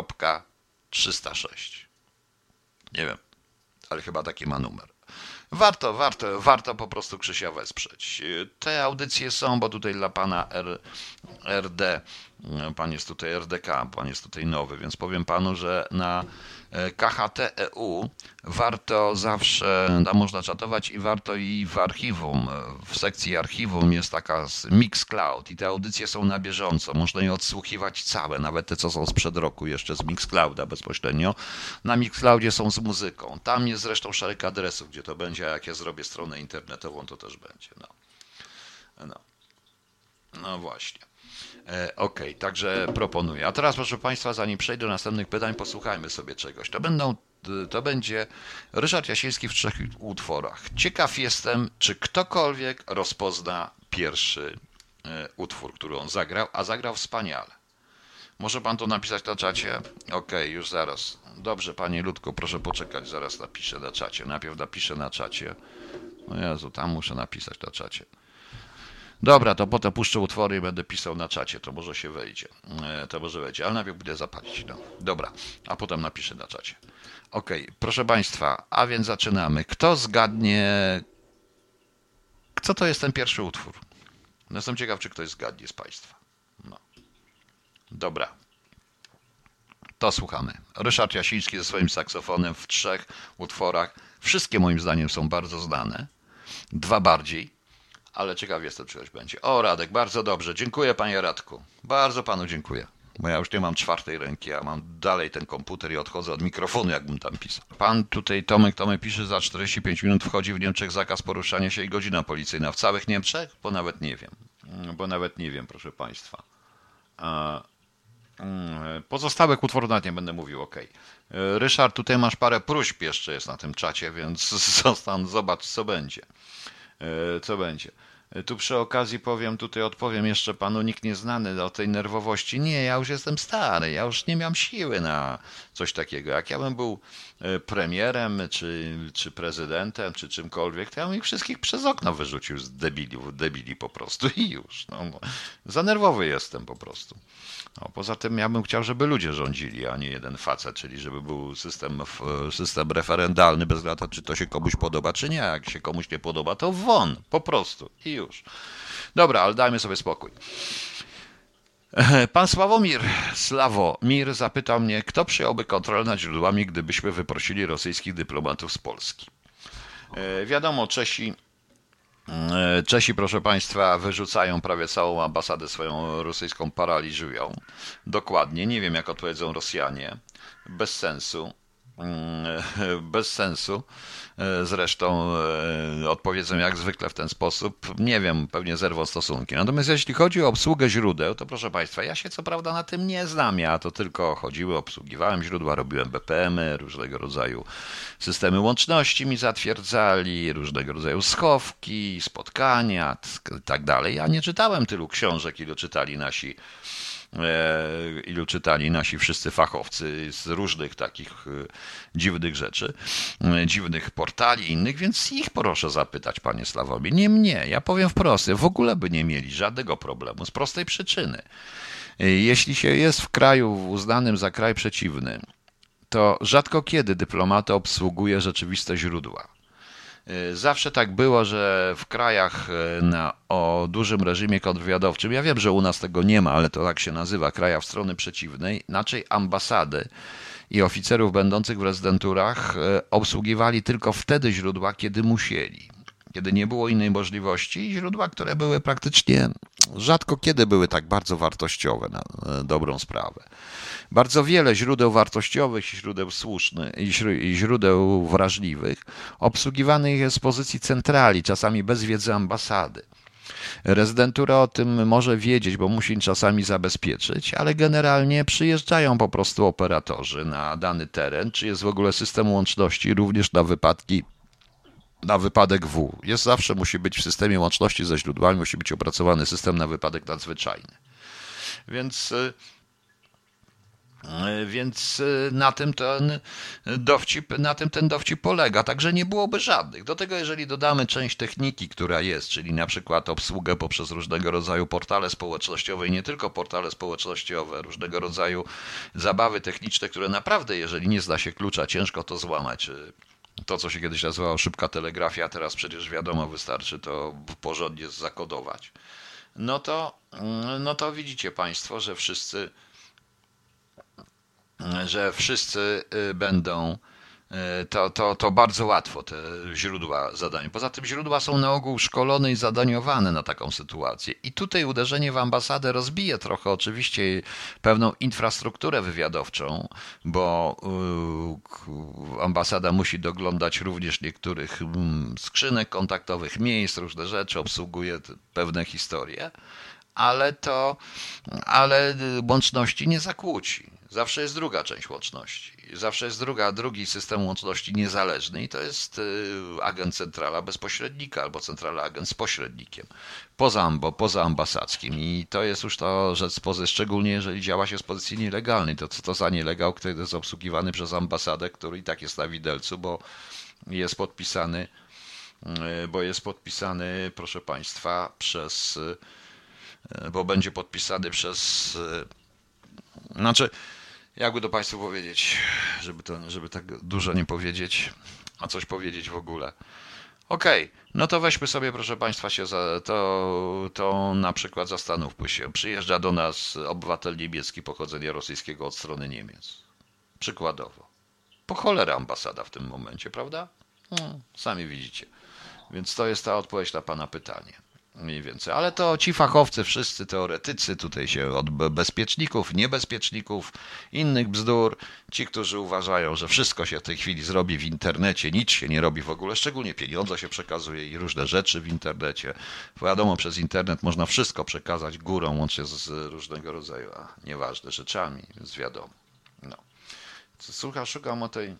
trzysta sześć. Nie wiem, ale chyba taki ma numer. Warto, warto, warto po prostu Krzysia wesprzeć. Te audycje są, bo tutaj dla pana R, R D, pan jest tutaj R D K, pan jest tutaj nowy, więc powiem panu, że na K H T kropka e u warto zawsze, tam można czatować i warto i w archiwum, w sekcji archiwum jest taka Mixcloud i te audycje są na bieżąco, można je odsłuchiwać całe, nawet te co są sprzed roku jeszcze z Mixclouda bezpośrednio. Na Mixcloudzie są z muzyką, tam jest zresztą szereg adresów, gdzie to będzie, a jak ja zrobię stronę internetową, to też będzie. No, no, no właśnie. E, Okej, okay, także proponuję. A teraz, proszę państwa, zanim przejdę do następnych pytań, posłuchajmy sobie czegoś. To będą, to będzie Ryszard Jasiński w trzech utworach. Ciekaw jestem, czy ktokolwiek rozpozna pierwszy e, utwór, który on zagrał, a zagrał wspaniale. Może pan to napisać na czacie? Okej, okay, już zaraz. Dobrze, panie Ludku, proszę poczekać, zaraz napiszę na czacie. Najpierw napiszę na czacie. O Jezu, tam muszę napisać na czacie. Dobra, to potem puszczę utwory i będę pisał na czacie, to może się wejdzie. To może wejdzie, ale najpierw będę zapalić. No. Dobra, a potem napiszę na czacie. Okej, okay, proszę państwa, a więc zaczynamy. Kto zgadnie, co to jest ten pierwszy utwór? No, jestem ciekaw, czy ktoś zgadnie z państwa. No. Dobra. To słuchamy. Ryszard Jasiński ze swoim saksofonem w trzech utworach. Wszystkie moim zdaniem są bardzo znane. Dwa bardziej. Ale ciekaw jestem, czy coś będzie. O, Radek, bardzo dobrze. Dziękuję, panie Radku. Bardzo panu dziękuję. Bo ja już nie mam czwartej ręki, a mam dalej ten komputer i odchodzę od mikrofonu, jakbym tam pisał. Pan tutaj, Tomek, Tomek pisze, za czterdzieści pięć minut wchodzi w Niemczech zakaz poruszania się i godzina policyjna. W całych Niemczech? Bo nawet nie wiem. Bo nawet nie wiem, proszę państwa. Pozostałych utworów nawet nie będę mówił, okej. Okay. Ryszard, tutaj masz parę próśb jeszcze jest na tym czacie, więc zostań, zobacz, co będzie. Co będzie. Tu przy okazji powiem, tutaj odpowiem jeszcze panu, nikt nieznany o tej nerwowości. Nie, ja już jestem stary, ja już nie miałem siły na coś takiego. Jak ja bym był premierem, czy, czy prezydentem, czy czymkolwiek, to ja bym ich wszystkich przez okno wyrzucił z debili, debili po prostu i już. No, za nerwowy jestem po prostu. No, poza tym ja bym chciał, żeby ludzie rządzili, a nie jeden facet, czyli żeby był system, system referendalny bez względu, czy to się komuś podoba, czy nie. Jak się komuś nie podoba, to won, po prostu i już. już. Dobra, ale dajmy sobie spokój. Pan Sławomir Sławomir zapytał mnie, kto przyjąłby kontrolę nad źródłami, gdybyśmy wyprosili rosyjskich dyplomatów z Polski. Wiadomo, Czesi, Czesi, proszę Państwa, wyrzucają prawie całą ambasadę swoją rosyjską, paraliżują. Dokładnie, nie wiem jak odpowiedzą Rosjanie. Bez sensu. Bez sensu. Zresztą odpowiedzą jak zwykle w ten sposób. Nie wiem, pewnie zerwą stosunki. Natomiast jeśli chodzi o obsługę źródeł, to proszę Państwa, ja się co prawda na tym nie znam. Ja to tylko chodziły, obsługiwałem źródła, robiłem B P M-y, różnego rodzaju systemy łączności mi zatwierdzali, różnego rodzaju schowki, spotkania i tak dalej. Ja nie czytałem tylu książek, ilu czytali nasi ilu czytali nasi wszyscy fachowcy z różnych takich dziwnych rzeczy, dziwnych portali innych, więc ich proszę zapytać, panie Sławomir, nie mnie. Ja powiem wprost, w ogóle by nie mieli żadnego problemu z prostej przyczyny. Jeśli się jest w kraju uznanym za kraj przeciwny, to rzadko kiedy dyplomata obsługuje rzeczywiste źródła. Zawsze tak było, że w krajach na, o dużym reżimie kontrwywiadowczym, ja wiem, że u nas tego nie ma, ale to tak się nazywa, krajach strony przeciwnej, inaczej ambasady i oficerów będących w rezydenturach obsługiwali tylko wtedy źródła, kiedy musieli. Kiedy nie było innej możliwości, źródła, które były praktycznie rzadko kiedy były tak bardzo wartościowe na dobrą sprawę. Bardzo wiele źródeł wartościowych, źródeł słusznych i źródeł wrażliwych obsługiwanych jest z pozycji centrali, czasami bez wiedzy ambasady. Rezydentura o tym może wiedzieć, bo musi czasami zabezpieczyć, ale generalnie przyjeżdżają po prostu operatorzy na dany teren, czy jest w ogóle system łączności również na wypadki na wypadek W. Jest zawsze, musi być w systemie łączności ze źródłami, musi być opracowany system na wypadek nadzwyczajny. Więc, więc na tym ten dowcip, na tym ten dowcip polega, także nie byłoby żadnych. Do tego, jeżeli dodamy część techniki, która jest, czyli na przykład obsługę poprzez różnego rodzaju portale społecznościowe i nie tylko portale społecznościowe, różnego rodzaju zabawy techniczne, które naprawdę, jeżeli nie zda się klucza, ciężko to złamać. To, co się kiedyś nazywało szybka telegrafia, teraz przecież wiadomo, wystarczy to porządnie zakodować. No to, no to widzicie Państwo, że wszyscy, że wszyscy będą, to, to, to bardzo łatwo te źródła zadań. Poza tym źródła są na ogół szkolone i zadaniowane na taką sytuację. I tutaj uderzenie w ambasadę rozbije trochę oczywiście pewną infrastrukturę wywiadowczą, bo ambasada musi doglądać również niektórych skrzynek kontaktowych, miejsc, różne rzeczy, obsługuje pewne historie, ale to, ale łączności nie zakłóci. Zawsze jest druga część łączności. Zawsze jest druga, drugi system łączności niezależny i to jest agent centrala bez pośrednika albo centrala agent z pośrednikiem poza, ambo, poza ambasadzkim. I to jest już to rzecz, szczególnie jeżeli działa się z pozycji nielegalnej. To co to za nielegał, który jest obsługiwany przez ambasadę, który i tak jest na widelcu, bo jest podpisany, bo jest podpisany, proszę Państwa, przez, bo będzie podpisany przez, znaczy, jakby to Państwu powiedzieć, żeby, to, żeby tak dużo nie powiedzieć, a coś powiedzieć w ogóle. Okej, okay, no to weźmy sobie, proszę Państwa, się za, to, to na przykład zastanówmy się. Przyjeżdża do nas obywatel niemiecki pochodzenia rosyjskiego od strony Niemiec. Przykładowo. Po cholerę ambasada w tym momencie, prawda? Hmm, sami widzicie. Więc to jest ta odpowiedź na Pana pytanie. Mniej więcej, ale to ci fachowcy, wszyscy teoretycy, tutaj się od bezpieczników, niebezpieczników, innych bzdur, ci, którzy uważają, że wszystko się w tej chwili zrobi w internecie, nic się nie robi w ogóle, szczególnie pieniądze się przekazuje i różne rzeczy w internecie. Wiadomo, przez internet można wszystko przekazać górą, łącznie z różnego rodzaju, a nieważne rzeczami, więc wiadomo. No. Słucham, szukam o tej...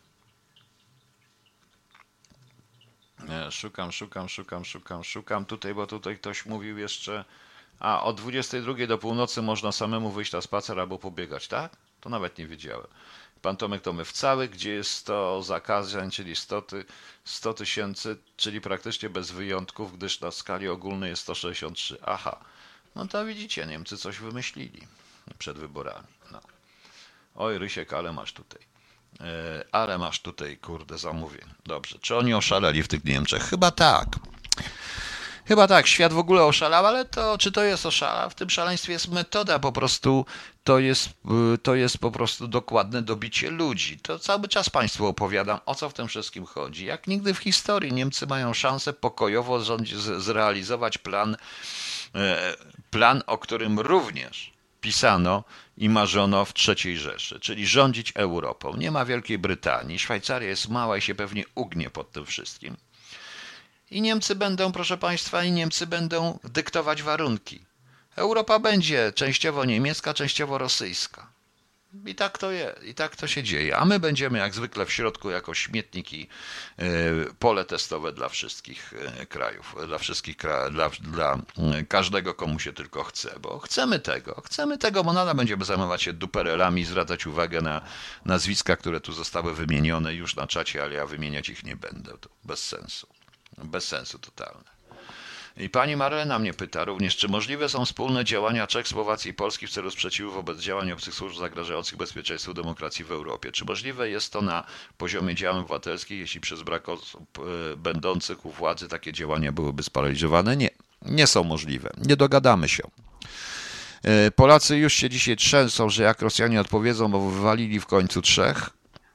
Szukam, szukam, szukam, szukam, szukam tutaj, bo tutaj ktoś mówił jeszcze, a od dwudziestej drugiej do północy można samemu wyjść na spacer albo pobiegać, tak? To nawet nie wiedziałem. Pan Tomek to my w całych, gdzie jest sto zakazań, czyli sto tysięcy, czyli praktycznie bez wyjątków, gdyż na skali ogólnej jest sto sześćdziesiąt trzy. Aha, no to widzicie, Niemcy coś wymyślili przed wyborami. No. Oj, Rysiek, ale masz tutaj. Ale masz tutaj, kurde, zamówień. Dobrze. Czy oni oszaleli w tych Niemczech? Chyba tak. Chyba tak, świat w ogóle oszalał, ale to czy to jest oszala? W tym szaleństwie jest metoda po prostu, to jest, to jest po prostu dokładne dobicie ludzi. To cały czas Państwu opowiadam, o co w tym wszystkim chodzi. Jak nigdy w historii Niemcy mają szansę pokojowo rządzi, zrealizować plan, plan, o którym również pisano i marzono w trzeciej Rzeszy, czyli rządzić Europą. Nie ma Wielkiej Brytanii, Szwajcaria jest mała i się pewnie ugnie pod tym wszystkim. I Niemcy będą, proszę Państwa, i Niemcy będą dyktować warunki. Europa będzie częściowo niemiecka, częściowo rosyjska. I tak to jest, i tak to się dzieje. A my będziemy jak zwykle w środku jako śmietnik i pole testowe dla wszystkich krajów, dla wszystkich krajów, dla, dla każdego, komu się tylko chce, bo chcemy tego, chcemy tego, bo nadal będziemy zajmować się duperelami, zwracać uwagę na nazwiska, które tu zostały wymienione już na czacie, ale ja wymieniać ich nie będę, to bez sensu. Bez sensu totalne. I pani Marlena mnie pyta również, czy możliwe są wspólne działania Czech, Słowacji i Polski w celu sprzeciwu wobec działań obcych służb zagrażających bezpieczeństwu demokracji w Europie? Czy możliwe jest to na poziomie działań obywatelskich, jeśli przez brak osób będących u władzy takie działania byłyby sparaliżowane? Nie, nie są możliwe. Nie dogadamy się. Polacy już się dzisiaj trzęsą, że jak Rosjanie odpowiedzą, bo wywalili w końcu trzech,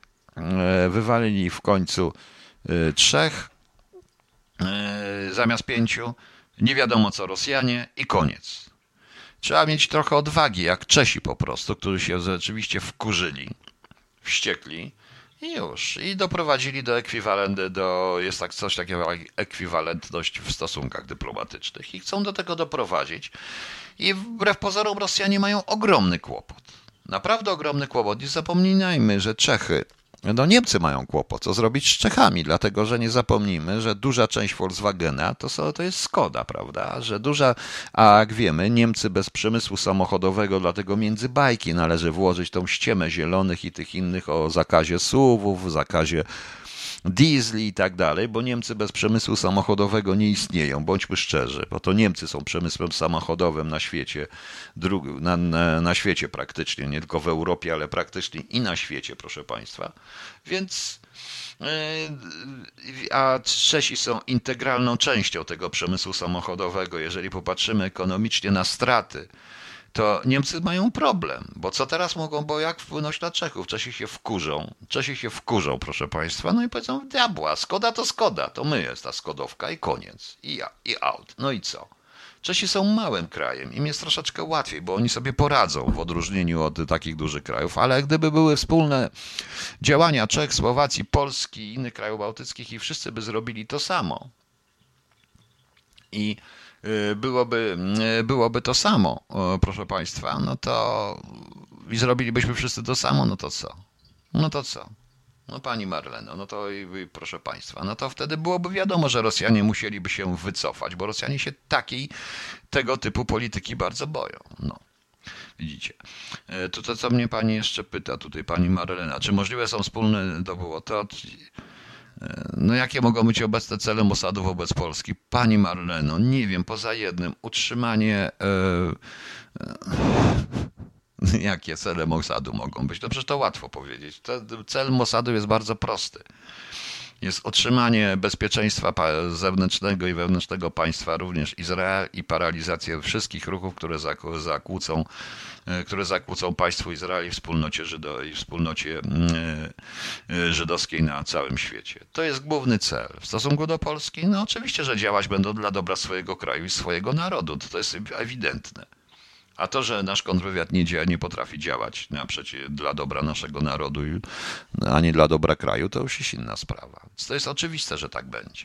wywalili w końcu trzech, zamiast pięciu, nie wiadomo co Rosjanie i koniec. Trzeba mieć trochę odwagi, jak Czesi po prostu, którzy się rzeczywiście wkurzyli, wściekli i już. I doprowadzili do ekwiwalentu, do, jest tak coś takiego jak ekwiwalentność w stosunkach dyplomatycznych i chcą do tego doprowadzić. I wbrew pozorom Rosjanie mają ogromny kłopot. Naprawdę ogromny kłopot. Nie zapominajmy, że Czechy, no Niemcy mają kłopot, co zrobić z Czechami, dlatego że nie zapomnijmy, że duża część Volkswagena to, są, to jest Skoda, prawda? Że duża, a jak wiemy, Niemcy bez przemysłu samochodowego, dlatego między bajki należy włożyć tą ściemę zielonych i tych innych o zakazie S U V-ów, zakazie diesli i tak dalej, bo Niemcy bez przemysłu samochodowego nie istnieją, bądźmy szczerzy, bo to Niemcy są przemysłem samochodowym na świecie, na, na, na świecie praktycznie, nie tylko w Europie, ale praktycznie i na świecie, proszę Państwa. Więc a Czesi są integralną częścią tego przemysłu samochodowego. Jeżeli popatrzymy ekonomicznie na straty, to Niemcy mają problem, bo co teraz mogą, bo jak wpłynąć na Czechów? Czesi się wkurzą, Czesi się wkurzą, proszę Państwa, no i powiedzą, diabła, Skoda to Skoda, to my jest ta Skodowka i koniec, i ja, i out, no i co? Czesi są małym krajem, im jest troszeczkę łatwiej, bo oni sobie poradzą w odróżnieniu od takich dużych krajów, ale gdyby były wspólne działania Czech, Słowacji, Polski i innych krajów bałtyckich i wszyscy by zrobili to samo i byłoby, byłoby to samo, proszę Państwa, no to i zrobilibyśmy wszyscy to samo, no to co? No to co? No pani Marleno, no to i, i proszę Państwa, no to wtedy byłoby wiadomo, że Rosjanie musieliby się wycofać, bo Rosjanie się takiej, tego typu polityki bardzo boją. No. Widzicie. To, to co mnie pani jeszcze pyta tutaj, pani Marlena, czy możliwe są wspólne, to było to... No jakie mogą być obecne cele Mossadu wobec Polski? Pani Marleno, nie wiem, poza jednym, utrzymanie... Yy, jakie cele Mossadu mogą być? No przecież to łatwo powiedzieć. Cel Mossadu jest bardzo prosty. Jest utrzymanie bezpieczeństwa zewnętrznego i wewnętrznego państwa, również Izrael i paralizacja wszystkich ruchów, które zakłócą, które zakłócą państwu Izrael i wspólnocie, Żydo, i wspólnocie żydowskiej na całym świecie. To jest główny cel. W stosunku do Polski, no oczywiście, że działać będą dla dobra swojego kraju i swojego narodu. To jest ewidentne. A to, że nasz kontrwywiad nie, dzia, nie potrafi działać naprzeciw dla dobra naszego narodu, a nie dla dobra kraju, to już jest inna sprawa. To jest oczywiste, że tak będzie.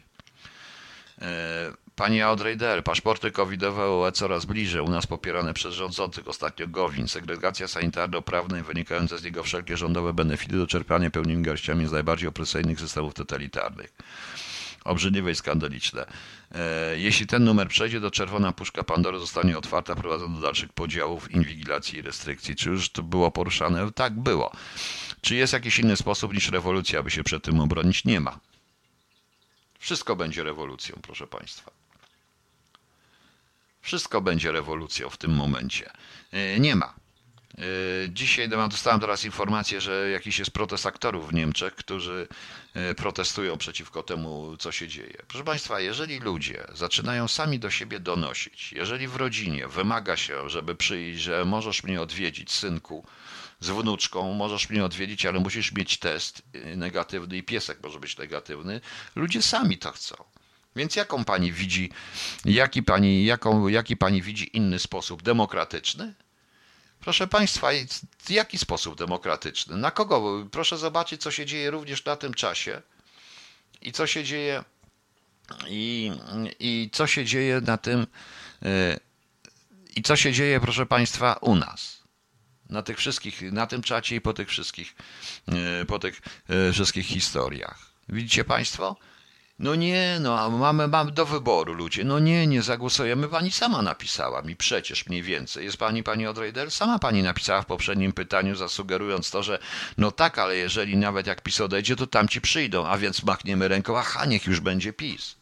Pani Audrey Der, paszporty covidowe U E coraz bliżej, u nas popierane przez rządzących, ostatnio Gowin, segregacja sanitarno-prawna i wynikające z niego wszelkie rządowe benefity do czerpania pełnymi garściami z najbardziej opresyjnych systemów totalitarnych. Obrzydliwe i skandaliczne. Jeśli ten numer przejdzie, to czerwona puszka Pandory zostanie otwarta, prowadząc do dalszych podziałów, inwigilacji i restrykcji. Czy już to było poruszane? Tak, było. Czy jest jakiś inny sposób niż rewolucja, aby się przed tym obronić? Nie ma. Wszystko będzie rewolucją, proszę Państwa. Wszystko będzie rewolucją w tym momencie. Nie ma. Dzisiaj dostałem teraz informację, że jakiś jest protest aktorów w Niemczech, którzy protestują przeciwko temu, co się dzieje. Proszę Państwa, jeżeli ludzie zaczynają sami do siebie donosić, jeżeli w rodzinie wymaga się, żeby przyjść, że możesz mnie odwiedzić, synku, z wnuczką, możesz mnie odwiedzić, ale musisz mieć test negatywny i piesek może być negatywny, ludzie sami to chcą. Więc jaką pani widzi, jaki pani, jaką, jaki pani widzi inny sposób demokratyczny? Proszę Państwa, w jaki sposób demokratyczny? Na kogo? Proszę zobaczyć, co się dzieje również na tym czasie i co się dzieje i, i co się dzieje na tym i co się dzieje, proszę Państwa, u nas. Na tych wszystkich, na tym czacie i po tych wszystkich, po tych wszystkich historiach. Widzicie Państwo? No nie, no mamy, mamy do wyboru ludzie. No nie, nie zagłosujemy. Pani sama napisała mi przecież mniej więcej. Jest pani, pani Odrejder? Sama pani napisała w poprzednim pytaniu, zasugerując to, że no tak, ale jeżeli nawet jak PiS odejdzie, to tamci przyjdą, a więc machniemy ręką, aha, niech już będzie PiS.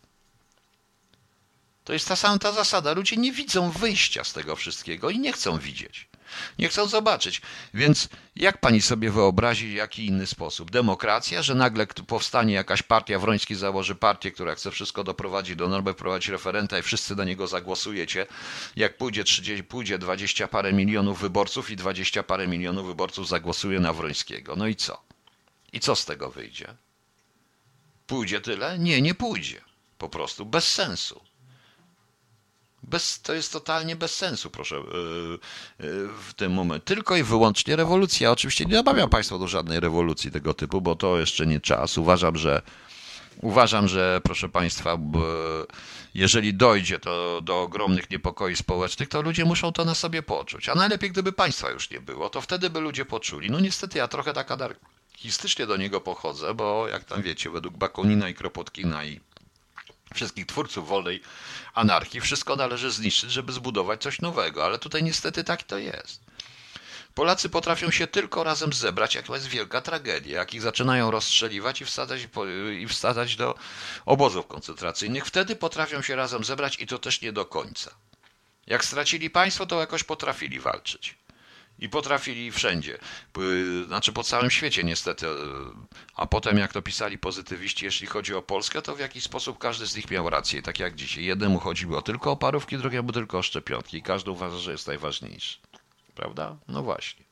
To jest ta sama ta zasada. Ludzie nie widzą wyjścia z tego wszystkiego i nie chcą widzieć. Nie chcą zobaczyć. Więc jak pani sobie wyobrazi, jaki inny sposób? Demokracja, że nagle powstanie jakaś partia, Wroński założy partię, która chce wszystko doprowadzić do normy, wprowadzić referenta i wszyscy na niego zagłosujecie. Jak pójdzie, trzydzieści, pójdzie dwadzieścia parę milionów wyborców i dwadzieścia parę milionów wyborców zagłosuje na Wrońskiego. No i co? I co z tego wyjdzie? Pójdzie tyle? Nie, nie pójdzie. Po prostu bez sensu. Bez, to jest totalnie bez sensu, proszę, w tym momencie. Tylko i wyłącznie rewolucja. Oczywiście nie namawiam Państwa do żadnej rewolucji tego typu, bo to jeszcze nie czas. Uważam, że uważam, że proszę Państwa, jeżeli dojdzie to do ogromnych niepokoi społecznych, to ludzie muszą to na sobie poczuć. A najlepiej, gdyby państwa już nie było, to wtedy by ludzie poczuli. No niestety ja trochę tak anarchistycznie do niego pochodzę, bo jak tam wiecie, według Bakunina i Kropotkina i wszystkich twórców wolnej anarchii, wszystko należy zniszczyć, żeby zbudować coś nowego, ale tutaj niestety tak to jest. Polacy potrafią się tylko razem zebrać, jak jest wielka tragedia, jak ich zaczynają rozstrzeliwać i wsadzać, i wsadzać do obozów koncentracyjnych. Wtedy potrafią się razem zebrać i to też nie do końca. Jak stracili państwo, to jakoś potrafili walczyć. I potrafili wszędzie, znaczy po całym świecie niestety, a potem jak to pisali pozytywiści, jeśli chodzi o Polskę, to w jakiś sposób każdy z nich miał rację, tak jak dzisiaj. Jednemu chodziło tylko o parówki, drugiemu tylko o szczepionki i każdy uważa, że jest najważniejszy. Prawda? No właśnie.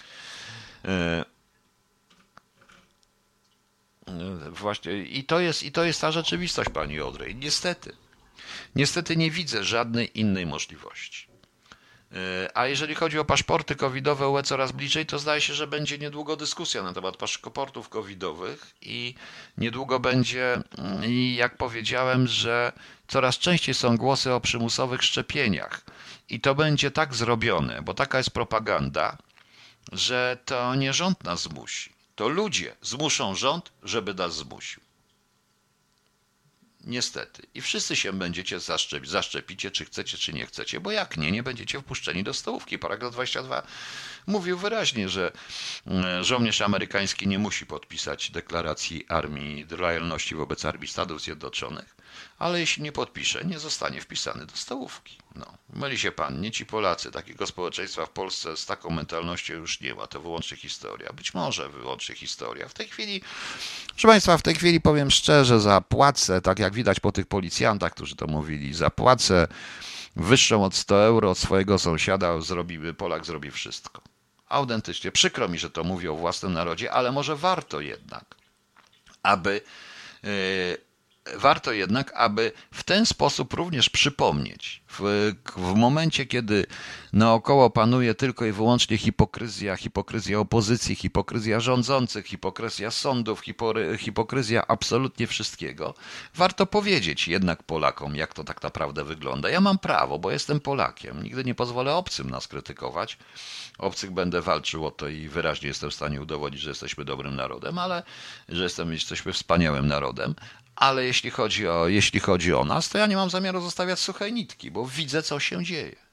Właśnie. I to jest, i to jest ta rzeczywistość, pani Odrej. Niestety. Niestety nie widzę żadnej innej możliwości. A jeżeli chodzi o paszporty covidowe U E coraz bliżej, to zdaje się, że będzie niedługo dyskusja na temat paszportów covidowych i niedługo będzie, i jak powiedziałem, że coraz częściej są głosy o przymusowych szczepieniach i to będzie tak zrobione, bo taka jest propaganda, że to nie rząd nas zmusi, to ludzie zmuszą rząd, żeby nas zmusił. Niestety. I wszyscy się będziecie zaszczepić, zaszczepicie, czy chcecie, czy nie chcecie, bo jak nie, nie będziecie wpuszczeni do stołówki. Paragraf dwadzieścia dwa mówił wyraźnie, że żołnierz amerykański nie musi podpisać deklaracji armii, lojalności wobec armii Stanów Zjednoczonych, ale jeśli nie podpisze, nie zostanie wpisany do stołówki. No, myli się pan, nie ci Polacy. Takiego społeczeństwa w Polsce z taką mentalnością już nie ma. To wyłącznie historia. Być może wyłącznie historia. W tej chwili, proszę Państwa, w tej chwili powiem szczerze, zapłacę, tak jak widać po tych policjantach, którzy to mówili, zapłacę wyższą od sto euro od swojego sąsiada, zrobi, Polak zrobi wszystko. Autentycznie. Przykro mi, że to mówię o własnym narodzie, ale może warto jednak, aby... Yy, Warto jednak, aby w ten sposób również przypomnieć, w, w momencie, kiedy naokoło panuje tylko i wyłącznie hipokryzja, hipokryzja opozycji, hipokryzja rządzących, hipokryzja sądów, hipory, hipokryzja absolutnie wszystkiego, warto powiedzieć jednak Polakom, jak to tak naprawdę wygląda. Ja mam prawo, bo jestem Polakiem. Nigdy nie pozwolę obcym nas krytykować. Obcych będę walczył o to i wyraźnie jestem w stanie udowodnić, że jesteśmy dobrym narodem, ale że jestem, jesteśmy wspaniałym narodem. Ale jeśli chodzi o, jeśli chodzi o nas, to ja nie mam zamiaru zostawiać suchej nitki, bo widzę, co się dzieje.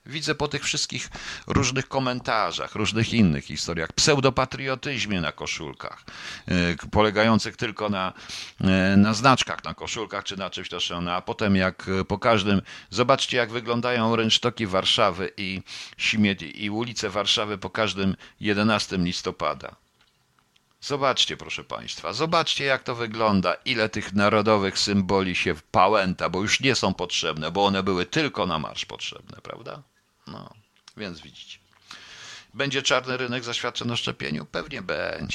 Widzę po tych wszystkich różnych komentarzach, różnych innych historiach, pseudopatriotyzmie na koszulkach, yy, polegających tylko na, yy, na znaczkach na koszulkach czy na czymś też, a potem jak po każdym, zobaczcie jak wyglądają rynsztoki Warszawy i, i ulice Warszawy po każdym jedenastego listopada. Zobaczcie, proszę Państwa, zobaczcie jak to wygląda, ile tych narodowych symboli się pałęta, bo już nie są potrzebne, bo one były tylko na marsz potrzebne, prawda? No, więc widzicie. Będzie czarny rynek zaświadczeń o szczepieniu? Pewnie będzie.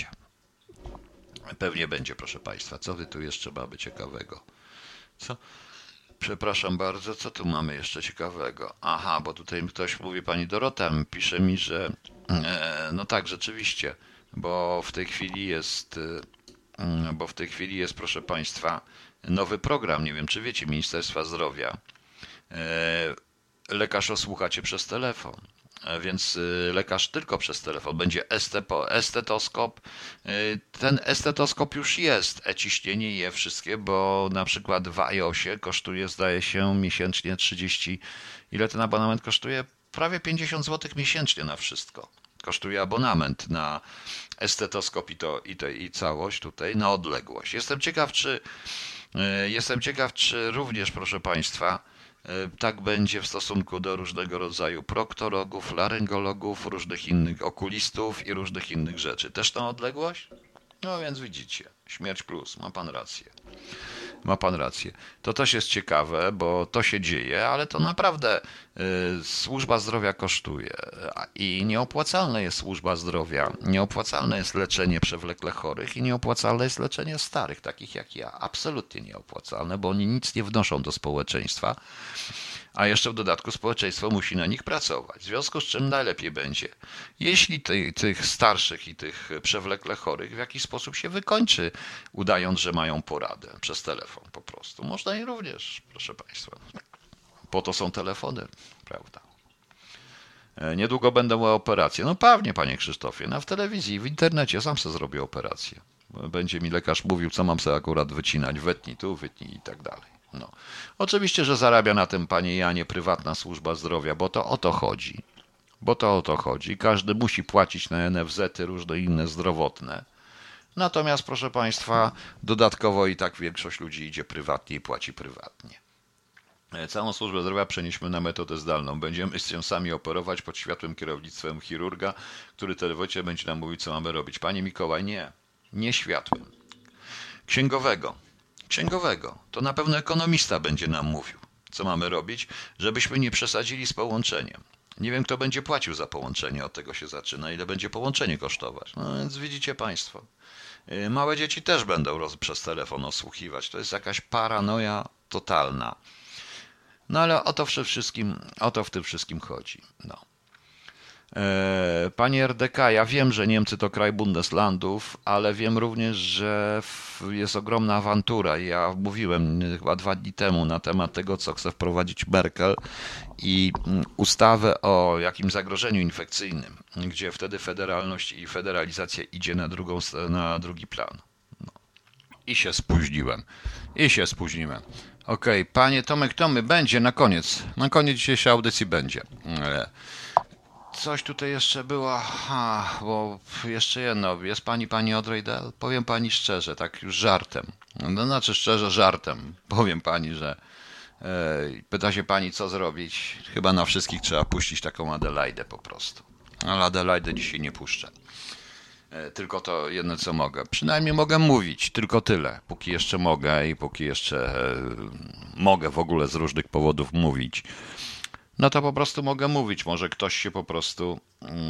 Pewnie będzie, proszę Państwa. Co wy tu jeszcze mamy ciekawego? Co? Przepraszam bardzo, co tu mamy jeszcze ciekawego? Aha, bo tutaj ktoś mówi, pani Dorota pisze mi, że e, no tak, rzeczywiście, bo w tej chwili jest, e, bo w tej chwili jest, proszę Państwa, nowy program, nie wiem czy wiecie, Ministerstwa Zdrowia. E, lekarz osłucha cię przez telefon. Więc lekarz tylko przez telefon. Będzie estetoskop. Ten estetoskop już jest. E-ciśnienie i je wszystkie, bo na przykład w iOSie kosztuje, zdaje się, miesięcznie trzydzieści. Ile ten abonament kosztuje? Prawie pięćdziesiąt złotych miesięcznie na wszystko. Kosztuje abonament na estetoskop i, to, i, to, i całość tutaj, na odległość. Jestem ciekaw, czy jestem ciekaw, czy również, proszę Państwa, tak będzie w stosunku do różnego rodzaju proktorogów, laryngologów, różnych innych okulistów i różnych innych rzeczy. Też na odległość? No więc widzicie, śmierć plus, ma pan rację. Ma pan rację. To też jest ciekawe, bo to się dzieje, ale to naprawdę y, służba zdrowia kosztuje i nieopłacalne jest służba zdrowia, nieopłacalne jest leczenie przewlekle chorych i nieopłacalne jest leczenie starych, takich jak ja. Absolutnie nieopłacalne, bo oni nic nie wnoszą do społeczeństwa, a jeszcze w dodatku społeczeństwo musi na nich pracować. W związku z czym najlepiej będzie, jeśli ty, tych starszych i tych przewlekle chorych w jakiś sposób się wykończy, udając, że mają poradę przez telefon po prostu. Można i również, proszę Państwa. Po to są telefony, prawda? Niedługo będą operacje. No pewnie, panie Krzysztofie, no w telewizji, w internecie sam sobie zrobię operację. Będzie mi lekarz mówił, co mam sobie akurat wycinać, wytnij tu, wytnij i tak dalej. No. Oczywiście, że zarabia na tym, panie Janie, prywatna służba zdrowia, bo to o to chodzi. Bo to o to chodzi. Każdy musi płacić na en ef zety, różne inne zdrowotne. Natomiast, proszę Państwa, dodatkowo i tak większość ludzi idzie prywatnie i płaci prywatnie. Całą służbę zdrowia przenieśmy na metodę zdalną. Będziemy się sami operować pod światłym kierownictwem chirurga, który telewocie będzie nam mówić, co mamy robić. Panie Mikołaj, nie. Nie światłym. Księgowego. Księgowego. To na pewno ekonomista będzie nam mówił, co mamy robić, żebyśmy nie przesadzili z połączeniem. Nie wiem, kto będzie płacił za połączenie, od tego się zaczyna, ile będzie połączenie kosztować. No więc widzicie Państwo. Małe dzieci też będą roz, przez telefon osłuchiwać. To jest jakaś paranoja totalna. No ale o to w tym wszystkim, o to w tym wszystkim chodzi. No. Panie er de ka, ja wiem, że Niemcy to kraj Bundeslandów, ale wiem również, że jest ogromna awantura. Ja mówiłem chyba dwa dni temu na temat tego, co chce wprowadzić Merkel i ustawę o jakimś zagrożeniu infekcyjnym, gdzie wtedy federalność i federalizacja idzie na, drugą, na drugi plan. No. I się spóźniłem. I się spóźniłem. Okej, okay. Panie Tomek Tomy, będzie na koniec. Na koniec dzisiejszej audycji będzie. Coś tutaj jeszcze było, aha, bo jeszcze jedno, jest pani, pani Odrejdel? Powiem pani szczerze, tak już żartem, no znaczy szczerze żartem, powiem pani, że e, pyta się pani co zrobić, chyba na wszystkich trzeba puścić taką Adelaidę po prostu, ale Adelaidę dzisiaj nie puszczę, e, tylko to jedno co mogę, przynajmniej mogę mówić, tylko tyle, póki jeszcze mogę i póki jeszcze e, mogę w ogóle z różnych powodów mówić. No to po prostu mogę mówić, może ktoś się po prostu,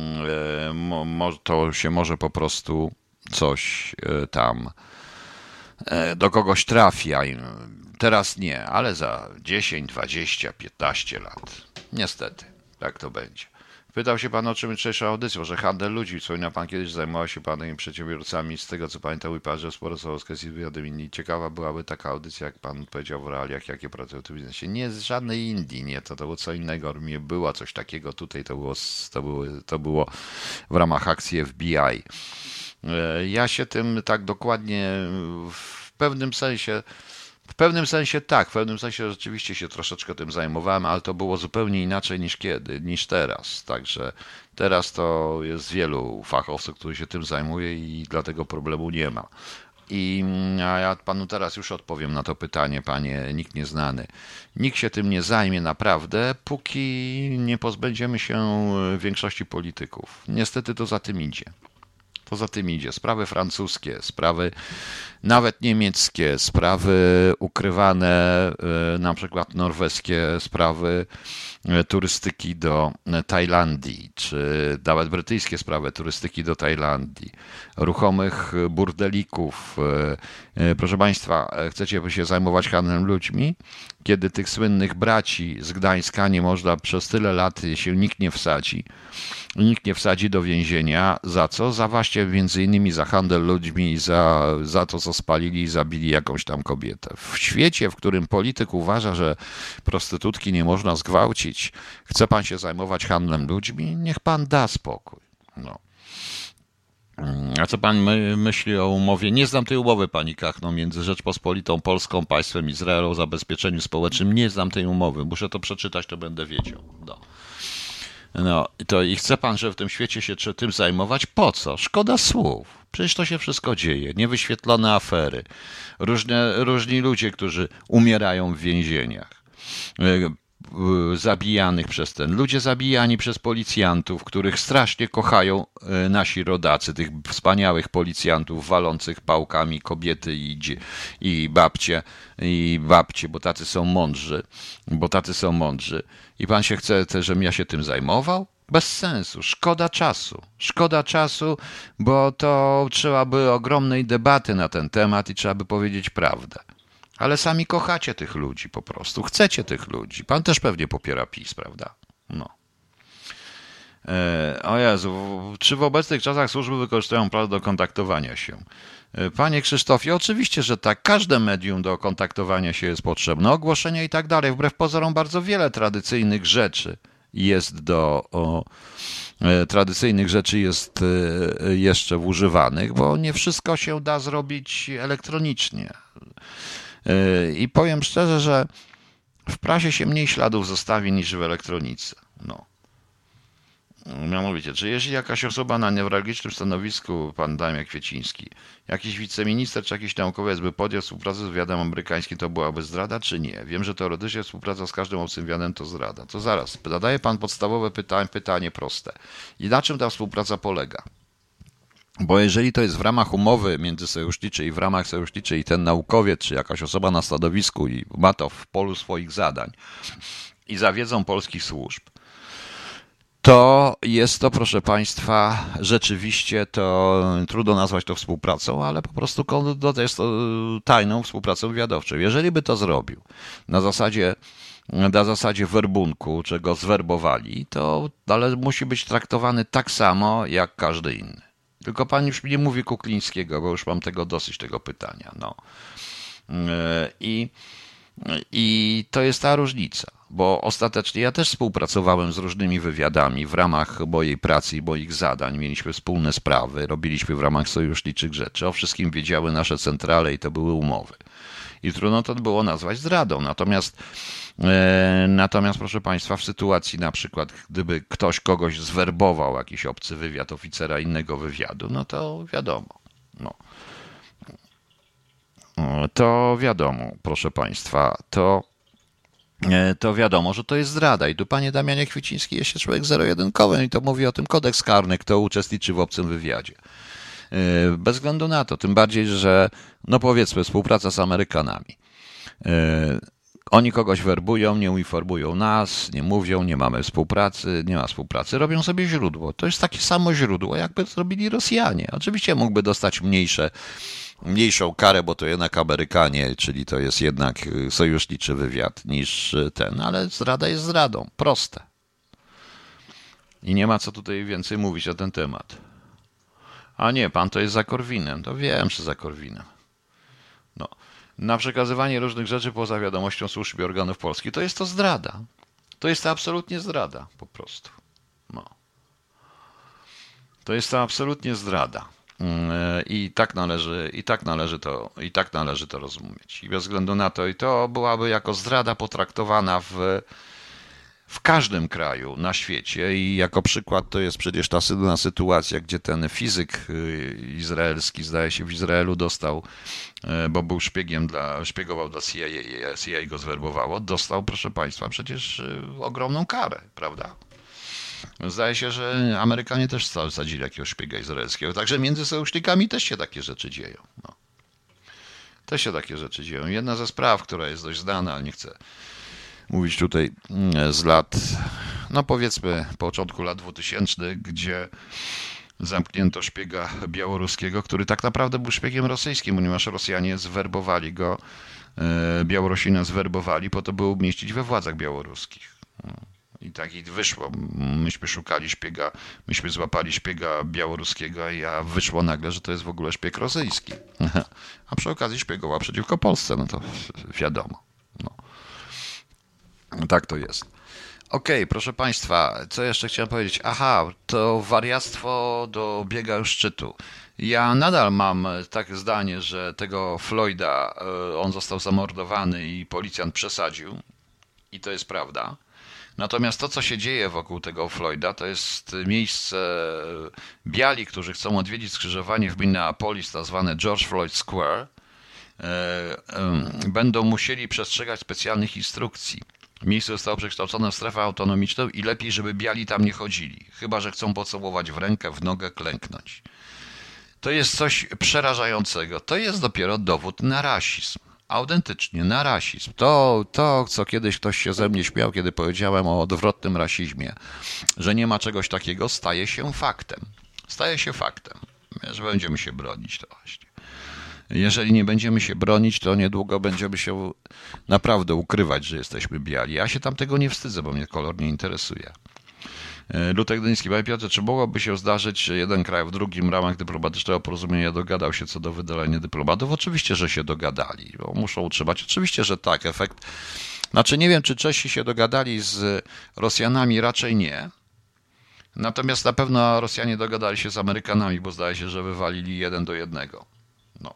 to się może po prostu coś tam do kogoś trafia. Teraz nie, ale za dziesięć, dwadzieścia, piętnaście lat. Niestety, tak to będzie. Pytał się pan o czym jutrzejsza audycja, że handel ludzi. Wspomniał pan kiedyś, zajmował się pan tymi przedsiębiorcami. Z tego co pamiętam, mówi pan, że sporo są z kwestii wywiadów Indii. Ciekawa byłaby taka audycja, jak pan powiedział w realiach, jakie pracują w tym biznesie. Nie z żadnej Indii, nie, to, to było co innego. Nie było coś takiego tutaj, to było, to, było, to było w ramach akcji F B I. Ja się tym tak dokładnie w pewnym sensie W pewnym sensie tak, w pewnym sensie rzeczywiście się troszeczkę tym zajmowałem, ale to było zupełnie inaczej niż kiedy, niż teraz. Także teraz to jest wielu fachowców, którzy się tym zajmuje i dlatego problemu nie ma. I a ja panu teraz już odpowiem na to pytanie, panie nikt nieznany. Nikt się tym nie zajmie naprawdę, póki nie pozbędziemy się większości polityków. Niestety to za tym idzie. To za tym idzie. Sprawy francuskie, sprawy nawet niemieckie, sprawy ukrywane, na przykład norweskie sprawy turystyki do Tajlandii, czy nawet brytyjskie sprawy turystyki do Tajlandii, ruchomych burdelików. Proszę Państwa, chcecie się zajmować handlem ludźmi? Kiedy tych słynnych braci z Gdańska nie można przez tyle lat się nikt nie wsadzi. Nikt nie wsadzi do więzienia. Za co? Za właśnie między innymi za handel ludźmi i za, za to, co spalili i zabili jakąś tam kobietę. W świecie, w którym polityk uważa, że prostytutki nie można zgwałcić, chce pan się zajmować handlem ludźmi? Niech pan da spokój. No. A co pan my, myśli o umowie? Nie znam tej umowy, pani Kachno, między Rzeczpospolitą Polską, państwem Izraelu o zabezpieczeniu społecznym. Nie znam tej umowy. Muszę to przeczytać, to będę wiedział. No. No, to i chce pan, że w tym świecie się tym zajmować? Po co? Szkoda słów. Przecież to się wszystko dzieje. Niewyświetlone afery. Różne, różni ludzie, którzy umierają w więzieniach. Zabijanych przez ten. Ludzie zabijani przez policjantów, których strasznie kochają nasi rodacy, tych wspaniałych policjantów walących pałkami kobiety i, i babcie, i babcie, bo tacy są mądrzy, bo tacy są mądrzy. I pan się chce, żebym ja się tym zajmował? Bez sensu, szkoda czasu. Szkoda czasu, bo to trzeba by ogromnej debaty na ten temat i trzeba by powiedzieć prawdę. Ale sami kochacie tych ludzi po prostu. Chcecie tych ludzi. Pan też pewnie popiera PiS, prawda? No. E, o Jezu, czy w obecnych czasach służby wykorzystują prawo do kontaktowania się? E, Panie Krzysztofie, oczywiście, że tak. Każde medium do kontaktowania się jest potrzebne. Ogłoszenia i tak dalej. Wbrew pozorom bardzo wiele tradycyjnych rzeczy jest do... O, e, tradycyjnych rzeczy jest e, jeszcze używanych, bo nie wszystko się da zrobić elektronicznie. I powiem szczerze, że w prasie się mniej śladów zostawi niż w elektronice. No. Mianowicie, czy jeśli jakaś osoba na newralgicznym stanowisku, pan Damian Kwieciński, jakiś wiceminister czy jakiś naukowiec by podjął współpracę z wywiadem amerykańskim, to byłaby zdrada, czy nie? Wiem, że teoretycznie współpraca z każdym obcym wywiadem to zdrada. To zaraz, zadaje pan podstawowe pytanie, pytanie proste. I na czym ta współpraca polega? Bo jeżeli to jest w ramach umowy międzysojuszniczej i w ramach sojuszniczej i ten naukowiec czy jakaś osoba na stanowisku i ma to w polu swoich zadań i za wiedzą polskich służb, to jest to, proszę Państwa, rzeczywiście to trudno nazwać to współpracą, ale po prostu to jest to tajną współpracą wywiadowczą. Jeżeli by to zrobił na zasadzie na zasadzie werbunku, czego zwerbowali, to ale musi być traktowany tak samo jak każdy inny. Tylko pan już mi nie mówi Kuklińskiego, bo już mam tego dosyć, tego pytania. No. I, I to jest ta różnica, bo ostatecznie ja też współpracowałem z różnymi wywiadami w ramach mojej pracy i moich zadań. Mieliśmy wspólne sprawy, robiliśmy w ramach sojuszniczych rzeczy. O wszystkim wiedziały nasze centrale i to były umowy. I trudno to było nazwać zdradą. Natomiast, e, natomiast proszę Państwa, w sytuacji na przykład, gdyby ktoś kogoś zwerbował, jakiś obcy wywiad, oficera innego wywiadu, no to wiadomo. No. To wiadomo, proszę Państwa, to, e, to wiadomo, że to jest zdrada. I tu, panie Damianie Kwieciński, jest się człowiek zero-jedynkowy i to mówi o tym kodeks karny, kto uczestniczy w obcym wywiadzie. Bez względu na to, tym bardziej, że no powiedzmy współpraca z Amerykanami. Oni kogoś werbują, nie informują nas, nie mówią, nie mamy współpracy, nie ma współpracy, robią sobie źródło. To jest takie samo źródło, jakby zrobili Rosjanie. Oczywiście mógłby dostać mniejsze, mniejszą karę, bo to jednak Amerykanie, czyli to jest jednak sojuszniczy wywiad niż ten, ale zdrada jest zdradą. Proste. I nie ma co tutaj więcej mówić na ten temat. A nie, pan to jest za Korwinem. To wiem, że za Korwinem. No. Na przekazywanie różnych rzeczy poza wiadomością służb i organów polskich, to jest to zdrada. To jest to absolutnie zdrada, po prostu. No. To jest to absolutnie zdrada. I tak należy, i tak należy to, i tak należy to rozumieć. I bez względu na to, i to byłaby jako zdrada potraktowana w, w każdym kraju na świecie. I jako przykład to jest przecież ta słynna sytuacja, gdzie ten fizyk izraelski, zdaje się, w Izraelu dostał, bo był szpiegiem dla, szpiegował dla C I A, C I A go zwerbowało, dostał, proszę Państwa, przecież ogromną karę, prawda? Zdaje się, że Amerykanie też wsadzili jakiegoś szpiega izraelskiego. Także między sojusznikami też się takie rzeczy dzieją. No. Też się takie rzeczy dzieją. Jedna ze spraw, która jest dość znana, ale nie chcę mówić tutaj z lat, no powiedzmy początku lat dwutysięcznych, gdzie zamknięto szpiega białoruskiego, który tak naprawdę był szpiegiem rosyjskim, ponieważ Rosjanie zwerbowali go, Białorusina zwerbowali po to, by umieścić we władzach białoruskich. No. I tak i wyszło. Myśmy szukali szpiega, myśmy złapali szpiega białoruskiego, a wyszło nagle, że to jest w ogóle szpieg rosyjski. A przy okazji szpiegował przeciwko Polsce, no to wiadomo. No. Tak to jest. Okej, okay, proszę Państwa, co jeszcze chciałem powiedzieć? Aha, to wariactwo dobiega już szczytu. Ja nadal mam takie zdanie, że tego Floyda, on został zamordowany i policjant przesadził. I to jest prawda. Natomiast to, co się dzieje wokół tego Floyda, to jest miejsce biali, którzy chcą odwiedzić skrzyżowanie w Minneapolis, tak zwane George Floyd Square, będą musieli przestrzegać specjalnych instrukcji. Miejsce zostało przekształcone w strefę autonomiczną i lepiej, żeby biali tam nie chodzili, chyba że chcą pocałować w rękę, w nogę, klęknąć. To jest coś przerażającego. To jest dopiero dowód na rasizm. Autentycznie, na rasizm. To, to, co kiedyś ktoś się ze mnie śmiał, kiedy powiedziałem o odwrotnym rasizmie, że nie ma czegoś takiego, staje się faktem. Staje się faktem, że będziemy się bronić, to właśnie. Jeżeli nie będziemy się bronić, to niedługo będziemy się naprawdę ukrywać, że jesteśmy biali. Ja się tam tego nie wstydzę, bo mnie kolor nie interesuje. Lutek Gdyński. Panie Piotrze, czy mogłoby się zdarzyć, że jeden kraj w drugim w ramach dyplomatycznego porozumienia dogadał się co do wydalenia dyplomatów? Oczywiście, że się dogadali, bo muszą utrzymać. Oczywiście, że tak. Efekt. Znaczy nie wiem, czy Czesi się dogadali z Rosjanami, raczej nie. Natomiast na pewno Rosjanie dogadali się z Amerykanami, bo zdaje się, że wywalili jeden do jednego. No.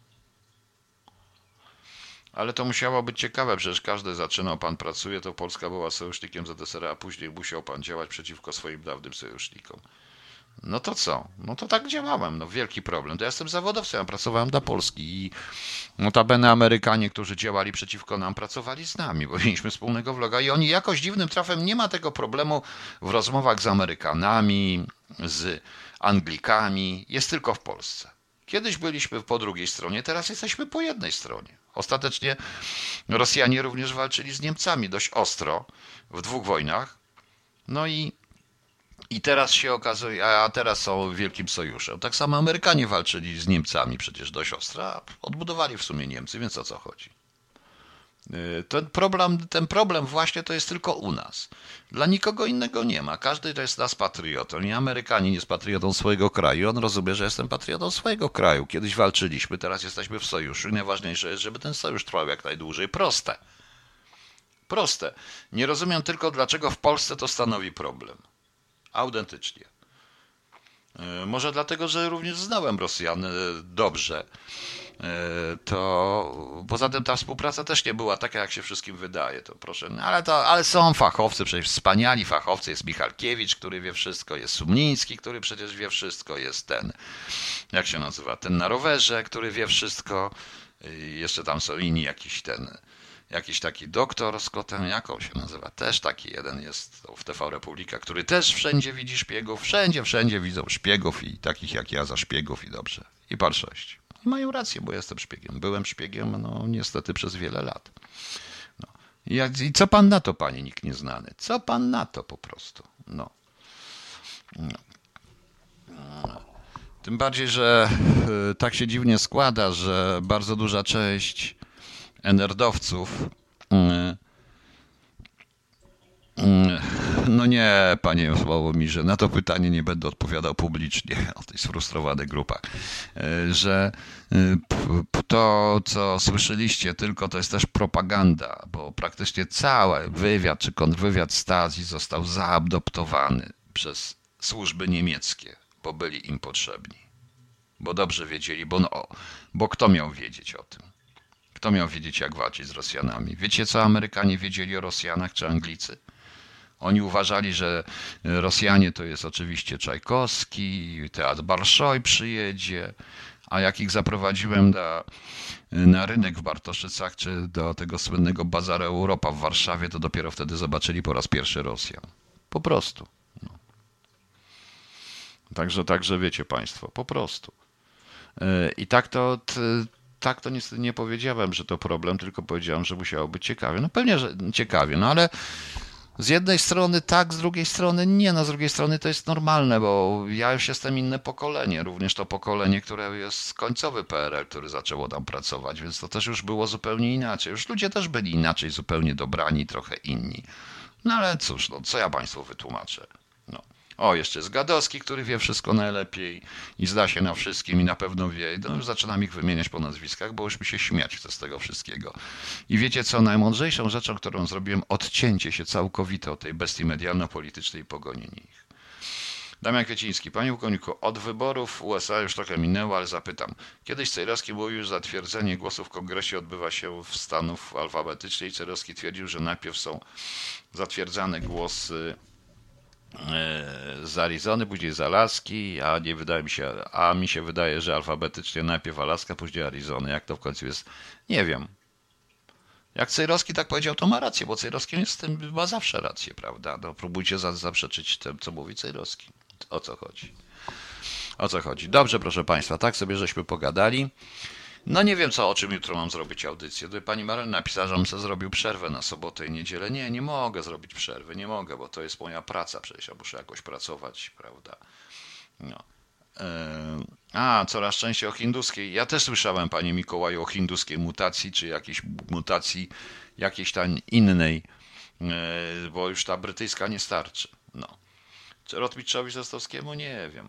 Ale to musiało być ciekawe, przecież każdy zaczynał, pan pracuje, to Polska była sojusznikiem Z S R R, a później musiał pan działać przeciwko swoim dawnym sojusznikom. No to co? No to tak działałem, no wielki problem. To ja jestem zawodowcem, ja pracowałem dla Polski i notabene Amerykanie, którzy działali przeciwko nam, pracowali z nami, bo mieliśmy wspólnego wroga i oni jakoś dziwnym trafem nie ma tego problemu w rozmowach z Amerykanami, z Anglikami, jest tylko w Polsce. Kiedyś byliśmy po drugiej stronie, teraz jesteśmy po jednej stronie. Ostatecznie Rosjanie również walczyli z Niemcami dość ostro w dwóch wojnach. No i, i teraz się okazuje, a teraz są wielkim sojuszem. Tak samo Amerykanie walczyli z Niemcami przecież dość ostro, a odbudowali w sumie Niemcy, więc o co chodzi? Ten problem, ten problem właśnie to jest tylko u nas. Dla nikogo innego nie ma. Każdy to jest nas patriotą. Nie Amerykanin jest patriotą swojego kraju. On rozumie, że jestem patriotą swojego kraju. Kiedyś walczyliśmy, teraz jesteśmy w sojuszu i najważniejsze jest, żeby ten sojusz trwał jak najdłużej. Proste. Proste. Nie rozumiem tylko, dlaczego w Polsce to stanowi problem. Autentycznie. Może dlatego, że również znałem Rosjan dobrze. To poza tym ta współpraca też nie była taka, jak się wszystkim wydaje. To proszę, no ale, to, ale są fachowcy, przecież wspaniali fachowcy. Jest Michalkiewicz, który wie wszystko, jest Sumliński, który przecież wie wszystko, jest ten, jak się nazywa, ten na rowerze, który wie wszystko. Jeszcze tam są inni, jakiś ten, jakiś taki doktor z kotem, jak on się nazywa, też taki jeden jest w T V Republika, który też wszędzie widzi szpiegów, wszędzie, wszędzie widzą szpiegów i takich jak ja za szpiegów i dobrze, i parszości. I mają rację, bo jestem szpiegiem. Byłem szpiegiem, no niestety przez wiele lat. No. I, jak, I co pan na to, panie nikt nieznany? Co pan na to po prostu? No. No. No. Tym bardziej, że y, tak się dziwnie składa, że bardzo duża część enerdowców y, No nie, panie Sławomirze, na to pytanie nie będę odpowiadał publicznie o tej sfrustrowanych grupach, że to, co słyszeliście tylko, to jest też propaganda, bo praktycznie cały wywiad czy kontrwywiad Stasi został zaadoptowany przez służby niemieckie, bo byli im potrzebni. bo dobrze wiedzieli, bo, no, bo kto miał wiedzieć o tym? Kto miał wiedzieć, jak walczyć z Rosjanami? Wiecie, co Amerykanie wiedzieli o Rosjanach czy Anglicy? Oni uważali, że Rosjanie to jest oczywiście Czajkowski, Teatr Bolszoi przyjedzie, a jak ich zaprowadziłem na, na rynek w Bartoszycach, czy do tego słynnego Bazaru Europa w Warszawie, to dopiero wtedy zobaczyli po raz pierwszy Rosjan. Po prostu. No. Także, także wiecie Państwo, po prostu. I tak to, tak to niestety nie powiedziałem, że to problem, tylko powiedziałem, że musiało być ciekawie. No pewnie, że ciekawie, no ale z jednej strony tak, z drugiej strony nie, no z drugiej strony to jest normalne, bo ja już jestem inne pokolenie, również to pokolenie, które jest końcowy P R L, który zaczęło tam pracować, więc to też już było zupełnie inaczej. Już ludzie też byli inaczej, zupełnie dobrani, trochę inni. No ale cóż, no co ja Państwu wytłumaczę? No. O, jeszcze jest Gadowski, który wie wszystko najlepiej i zda się na wszystkim i na pewno wie. No już zaczynam ich wymieniać po nazwiskach, bo już mi się śmiać chce z tego wszystkiego. I wiecie co, najmądrzejszą rzeczą, którą zrobiłem, odcięcie się całkowite od tej bestii medialno-politycznej i pogonienie ich. Damian Kwieciński, panie pułkowniku, od wyborów w U S A już trochę minęło, ale zapytam. Kiedyś Cejrowski mówił, że zatwierdzenie głosów w kongresie odbywa się w Stanów alfabetycznie i Cejrowski twierdził, że najpierw są zatwierdzane głosy z Arizony, później z Alaski, a nie wydaje mi się, a mi się wydaje, że alfabetycznie najpierw Alaska, później Arizona. Jak to w końcu jest? Nie wiem. Jak Cejrowski tak powiedział, to ma rację, bo Cejrowski jest z tym, ma zawsze rację, prawda? No, próbujcie zaprzeczyć tym, co mówi Cejrowski. O co chodzi? O co chodzi? Dobrze, proszę Państwa, tak sobie żeśmy pogadali. No nie wiem, co, o czym jutro mam zrobić audycję. Tutaj pani Marlena napisała, żebym sobie zrobił przerwę na sobotę i niedzielę. Nie, nie mogę zrobić przerwy, nie mogę, bo to jest moja praca przecież, ja muszę jakoś pracować, prawda? No. A, coraz częściej o hinduskiej. Ja też słyszałem, panie Mikołaju, o hinduskiej mutacji, czy jakiejś mutacji, jakiejś tam innej, bo już ta brytyjska nie starczy. No. Czy Rotmistrzowi Zestowskiemu? Nie wiem.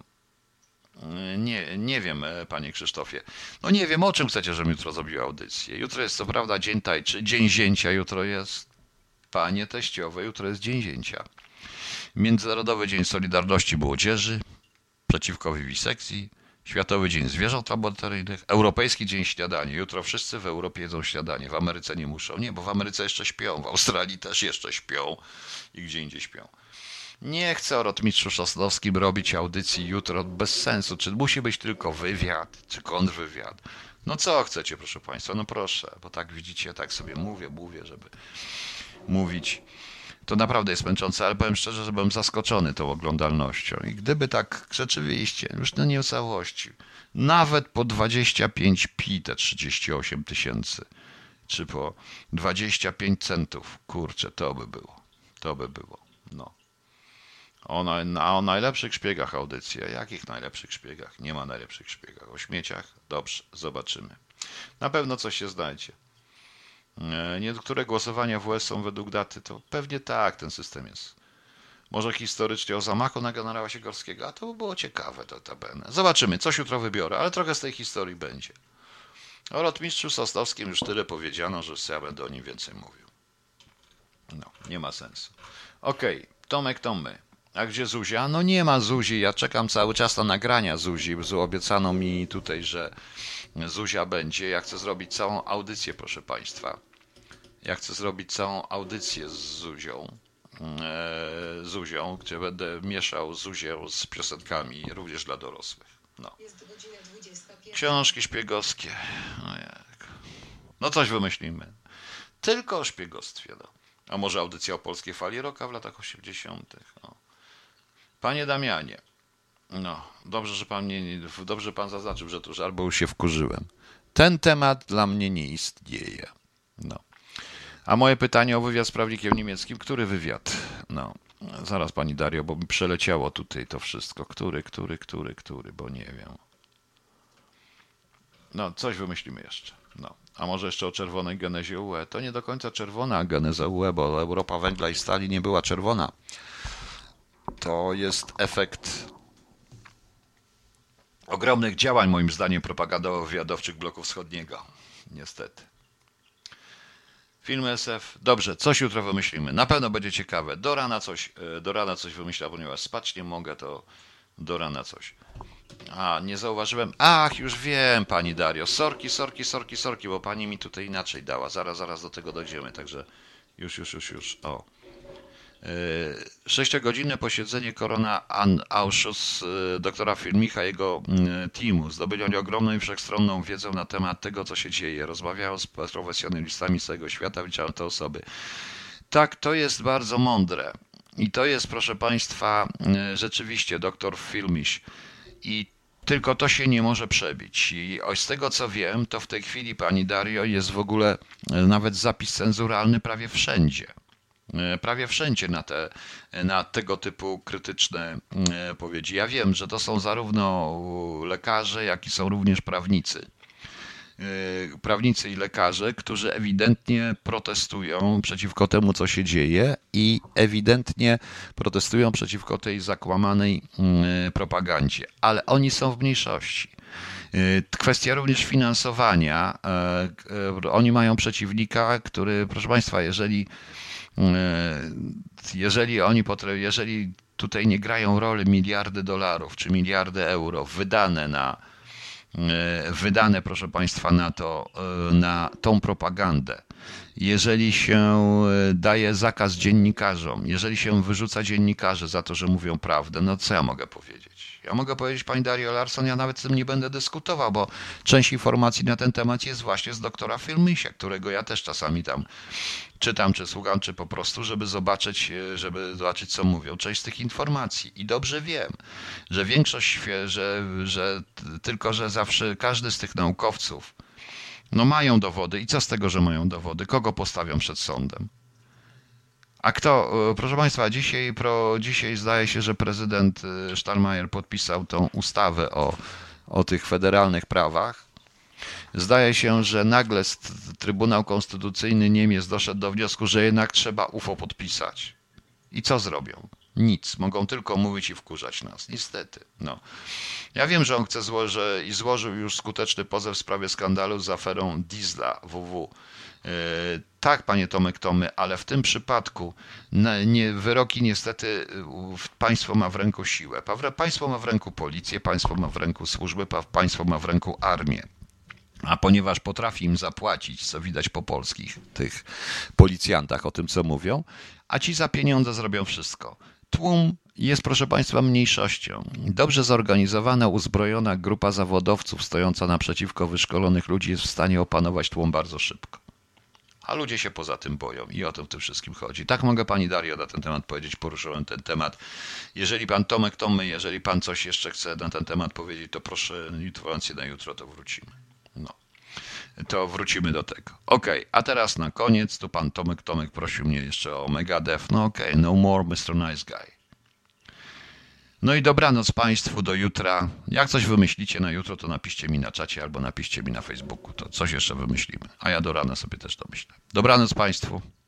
Nie, nie wiem, panie Krzysztofie. No nie wiem, o czym chcecie, żebym jutro zrobił audycję. Jutro jest co prawda dzień tajczy, dzień zięcia, jutro jest, panie teściowe, jutro jest dzień zięcia. Międzynarodowy Dzień Solidarności Młodzieży przeciwko wiwisekcji, Światowy Dzień Zwierząt Laboratoryjnych, Europejski Dzień Śniadania. Jutro wszyscy w Europie jedzą śniadanie, w Ameryce nie muszą. Nie, bo w Ameryce jeszcze śpią, w Australii też jeszcze śpią i gdzie indziej śpią. Nie chcę o Rotmistrzu Sosnowskim robić audycji jutro bez sensu. Czy musi być tylko wywiad, czy kontrwywiad? No co chcecie, proszę Państwa? No proszę, bo tak widzicie, tak sobie mówię, mówię, żeby mówić. To naprawdę jest męczące, ale powiem szczerze, że byłem zaskoczony tą oglądalnością. I gdyby tak rzeczywiście, już no nie o całości, nawet po dwadzieścia pięć pi, te trzydzieści osiem tysięcy, czy po dwadzieścia pięć centów, kurczę, to by było. To by było, no. O, na, o najlepszych szpiegach audycja. Jakich najlepszych szpiegach? Nie ma najlepszych szpiegach. O śmieciach? Dobrze, zobaczymy. Na pewno coś się znajdzie. Niektóre głosowania w U S są według daty, to pewnie tak ten system jest. Może historycznie o zamachu na generała Sikorskiego, a to by było ciekawe, to tabene. Zobaczymy, coś jutro wybiorę, ale trochę z tej historii będzie. O Rotmistrzu Sosnowskim już tyle powiedziano, że ja będę o nim więcej mówił. No, nie ma sensu. Okej, okay, Tomek to my. A gdzie Zuzia? No nie ma Zuzi, ja czekam cały czas na nagrania Zuzi. Obiecano mi tutaj, że Zuzia będzie. Ja chcę zrobić całą audycję, proszę Państwa. Ja chcę zrobić całą audycję z Zuzią. E, Zuzią, gdzie będę mieszał Zuzię z piosenkami, również dla dorosłych. No. Książki szpiegowskie. No, jak. No coś wymyślimy. Tylko o szpiegostwie. No. A może audycja o polskiej fali rocka w latach osiemdziesiątych. No. Panie Damianie, no, dobrze, że pan mnie, dobrze pan zaznaczył, że to już albo już się wkurzyłem. Ten temat dla mnie nie istnieje. No. A moje pytanie o wywiad z prawnikiem niemieckim, który wywiad? No, zaraz pani Dario, bo mi przeleciało tutaj to wszystko. Który, który, który, który, bo nie wiem. No, coś wymyślimy jeszcze. No. A może jeszcze o czerwonej genezie U E? To nie do końca czerwona geneza U E, bo Europa węgla i stali nie była czerwona. To jest efekt ogromnych działań, moim zdaniem, propagandowo-wywiadowczych bloku wschodniego. Niestety. Film S F. Dobrze, coś jutro wymyślimy. Na pewno będzie ciekawe. Do rana coś, do rana coś wymyślę, ponieważ spać nie mogę, to do rana coś. A, nie zauważyłem. Ach, już wiem, pani Dario. Sorki, sorki, sorki, sorki, bo pani mi tutaj inaczej dała. Zaraz, zaraz do tego dojdziemy, także już, już, już, już. O. Sześciogodzinne posiedzenie Korona Ausschuss doktora Filmicha i jego teamu. Zdobyli oni ogromną i wszechstronną wiedzę na temat tego, co się dzieje. Rozmawiają z profesjonalistami z całego świata, wliczają te osoby. Tak, to jest bardzo mądre. I to jest, proszę państwa, rzeczywiście doktor Filmiś. I tylko to się nie może przebić. I z tego co wiem, to w tej chwili, pani Dario, jest w ogóle nawet zapis cenzuralny prawie wszędzie. Prawie wszędzie na, te, na tego typu krytyczne powiedzi. Ja wiem, że to są zarówno lekarze, jak i są również prawnicy. Prawnicy i lekarze, którzy ewidentnie protestują przeciwko temu, co się dzieje i ewidentnie protestują przeciwko tej zakłamanej propagandzie. Ale oni są w mniejszości. Kwestia również finansowania. Oni mają przeciwnika, który, proszę państwa, jeżeli jeżeli oni jeżeli tutaj nie grają roli miliardy dolarów czy miliardy euro wydane na wydane, proszę państwa, na to, na tą propagandę, jeżeli się daje zakaz dziennikarzom, jeżeli się wyrzuca dziennikarzy za to, że mówią prawdę, no co ja mogę powiedzieć? Ja mogę powiedzieć, pani Dario Larsson, ja nawet z tym nie będę dyskutował, bo część informacji na ten temat jest właśnie z doktora Filmisia, którego ja też czasami tam czytam, czy słucham, czy po prostu, żeby zobaczyć, żeby zobaczyć, co mówią. Część z tych informacji. I dobrze wiem, że większość, że, że tylko, że zawsze każdy z tych naukowców no mają dowody. I co z tego, że mają dowody? Kogo postawią przed sądem? A kto, proszę państwa, dzisiaj, pro, dzisiaj zdaje się, że prezydent Steinmeier podpisał tą ustawę o, o tych federalnych prawach. Zdaje się, że nagle Trybunał Konstytucyjny Niemiec doszedł do wniosku, że jednak trzeba U F O podpisać. I co zrobią? Nic. Mogą tylko mówić i wkurzać nas. Niestety. No. Ja wiem, że on chce złożyć i złożył już skuteczny pozew w sprawie skandalu z aferą Diesla W W. Yy, tak, panie Tomek Tomy, ale w tym przypadku na, nie, wyroki niestety państwo ma w ręku siłę. Państwo ma w ręku policję, państwo ma w ręku służby, państwo ma w ręku armię. A ponieważ potrafi im zapłacić, co widać po polskich tych policjantach o tym, co mówią, a ci za pieniądze zrobią wszystko. Tłum jest, proszę państwa, mniejszością. Dobrze zorganizowana, uzbrojona grupa zawodowców stojąca naprzeciwko wyszkolonych ludzi jest w stanie opanować tłum bardzo szybko. A ludzie się poza tym boją i o to w tym wszystkim chodzi. Tak mogę pani Dario na ten temat powiedzieć, poruszyłem ten temat. Jeżeli pan Tomek Tomy, jeżeli pan coś jeszcze chce na ten temat powiedzieć, to proszę informację na jutro, to wrócimy. No, to wrócimy do tego. Okej, okay, a teraz na koniec, tu pan Tomek Tomek prosił mnie jeszcze o Megadeth. No okej, okay, no more mister Nice Guy. No i dobranoc państwu, do jutra. Jak coś wymyślicie na jutro, to napiszcie mi na czacie albo napiszcie mi na Facebooku. To coś jeszcze wymyślimy. A ja do rana sobie też domyślę. Dobranoc państwu.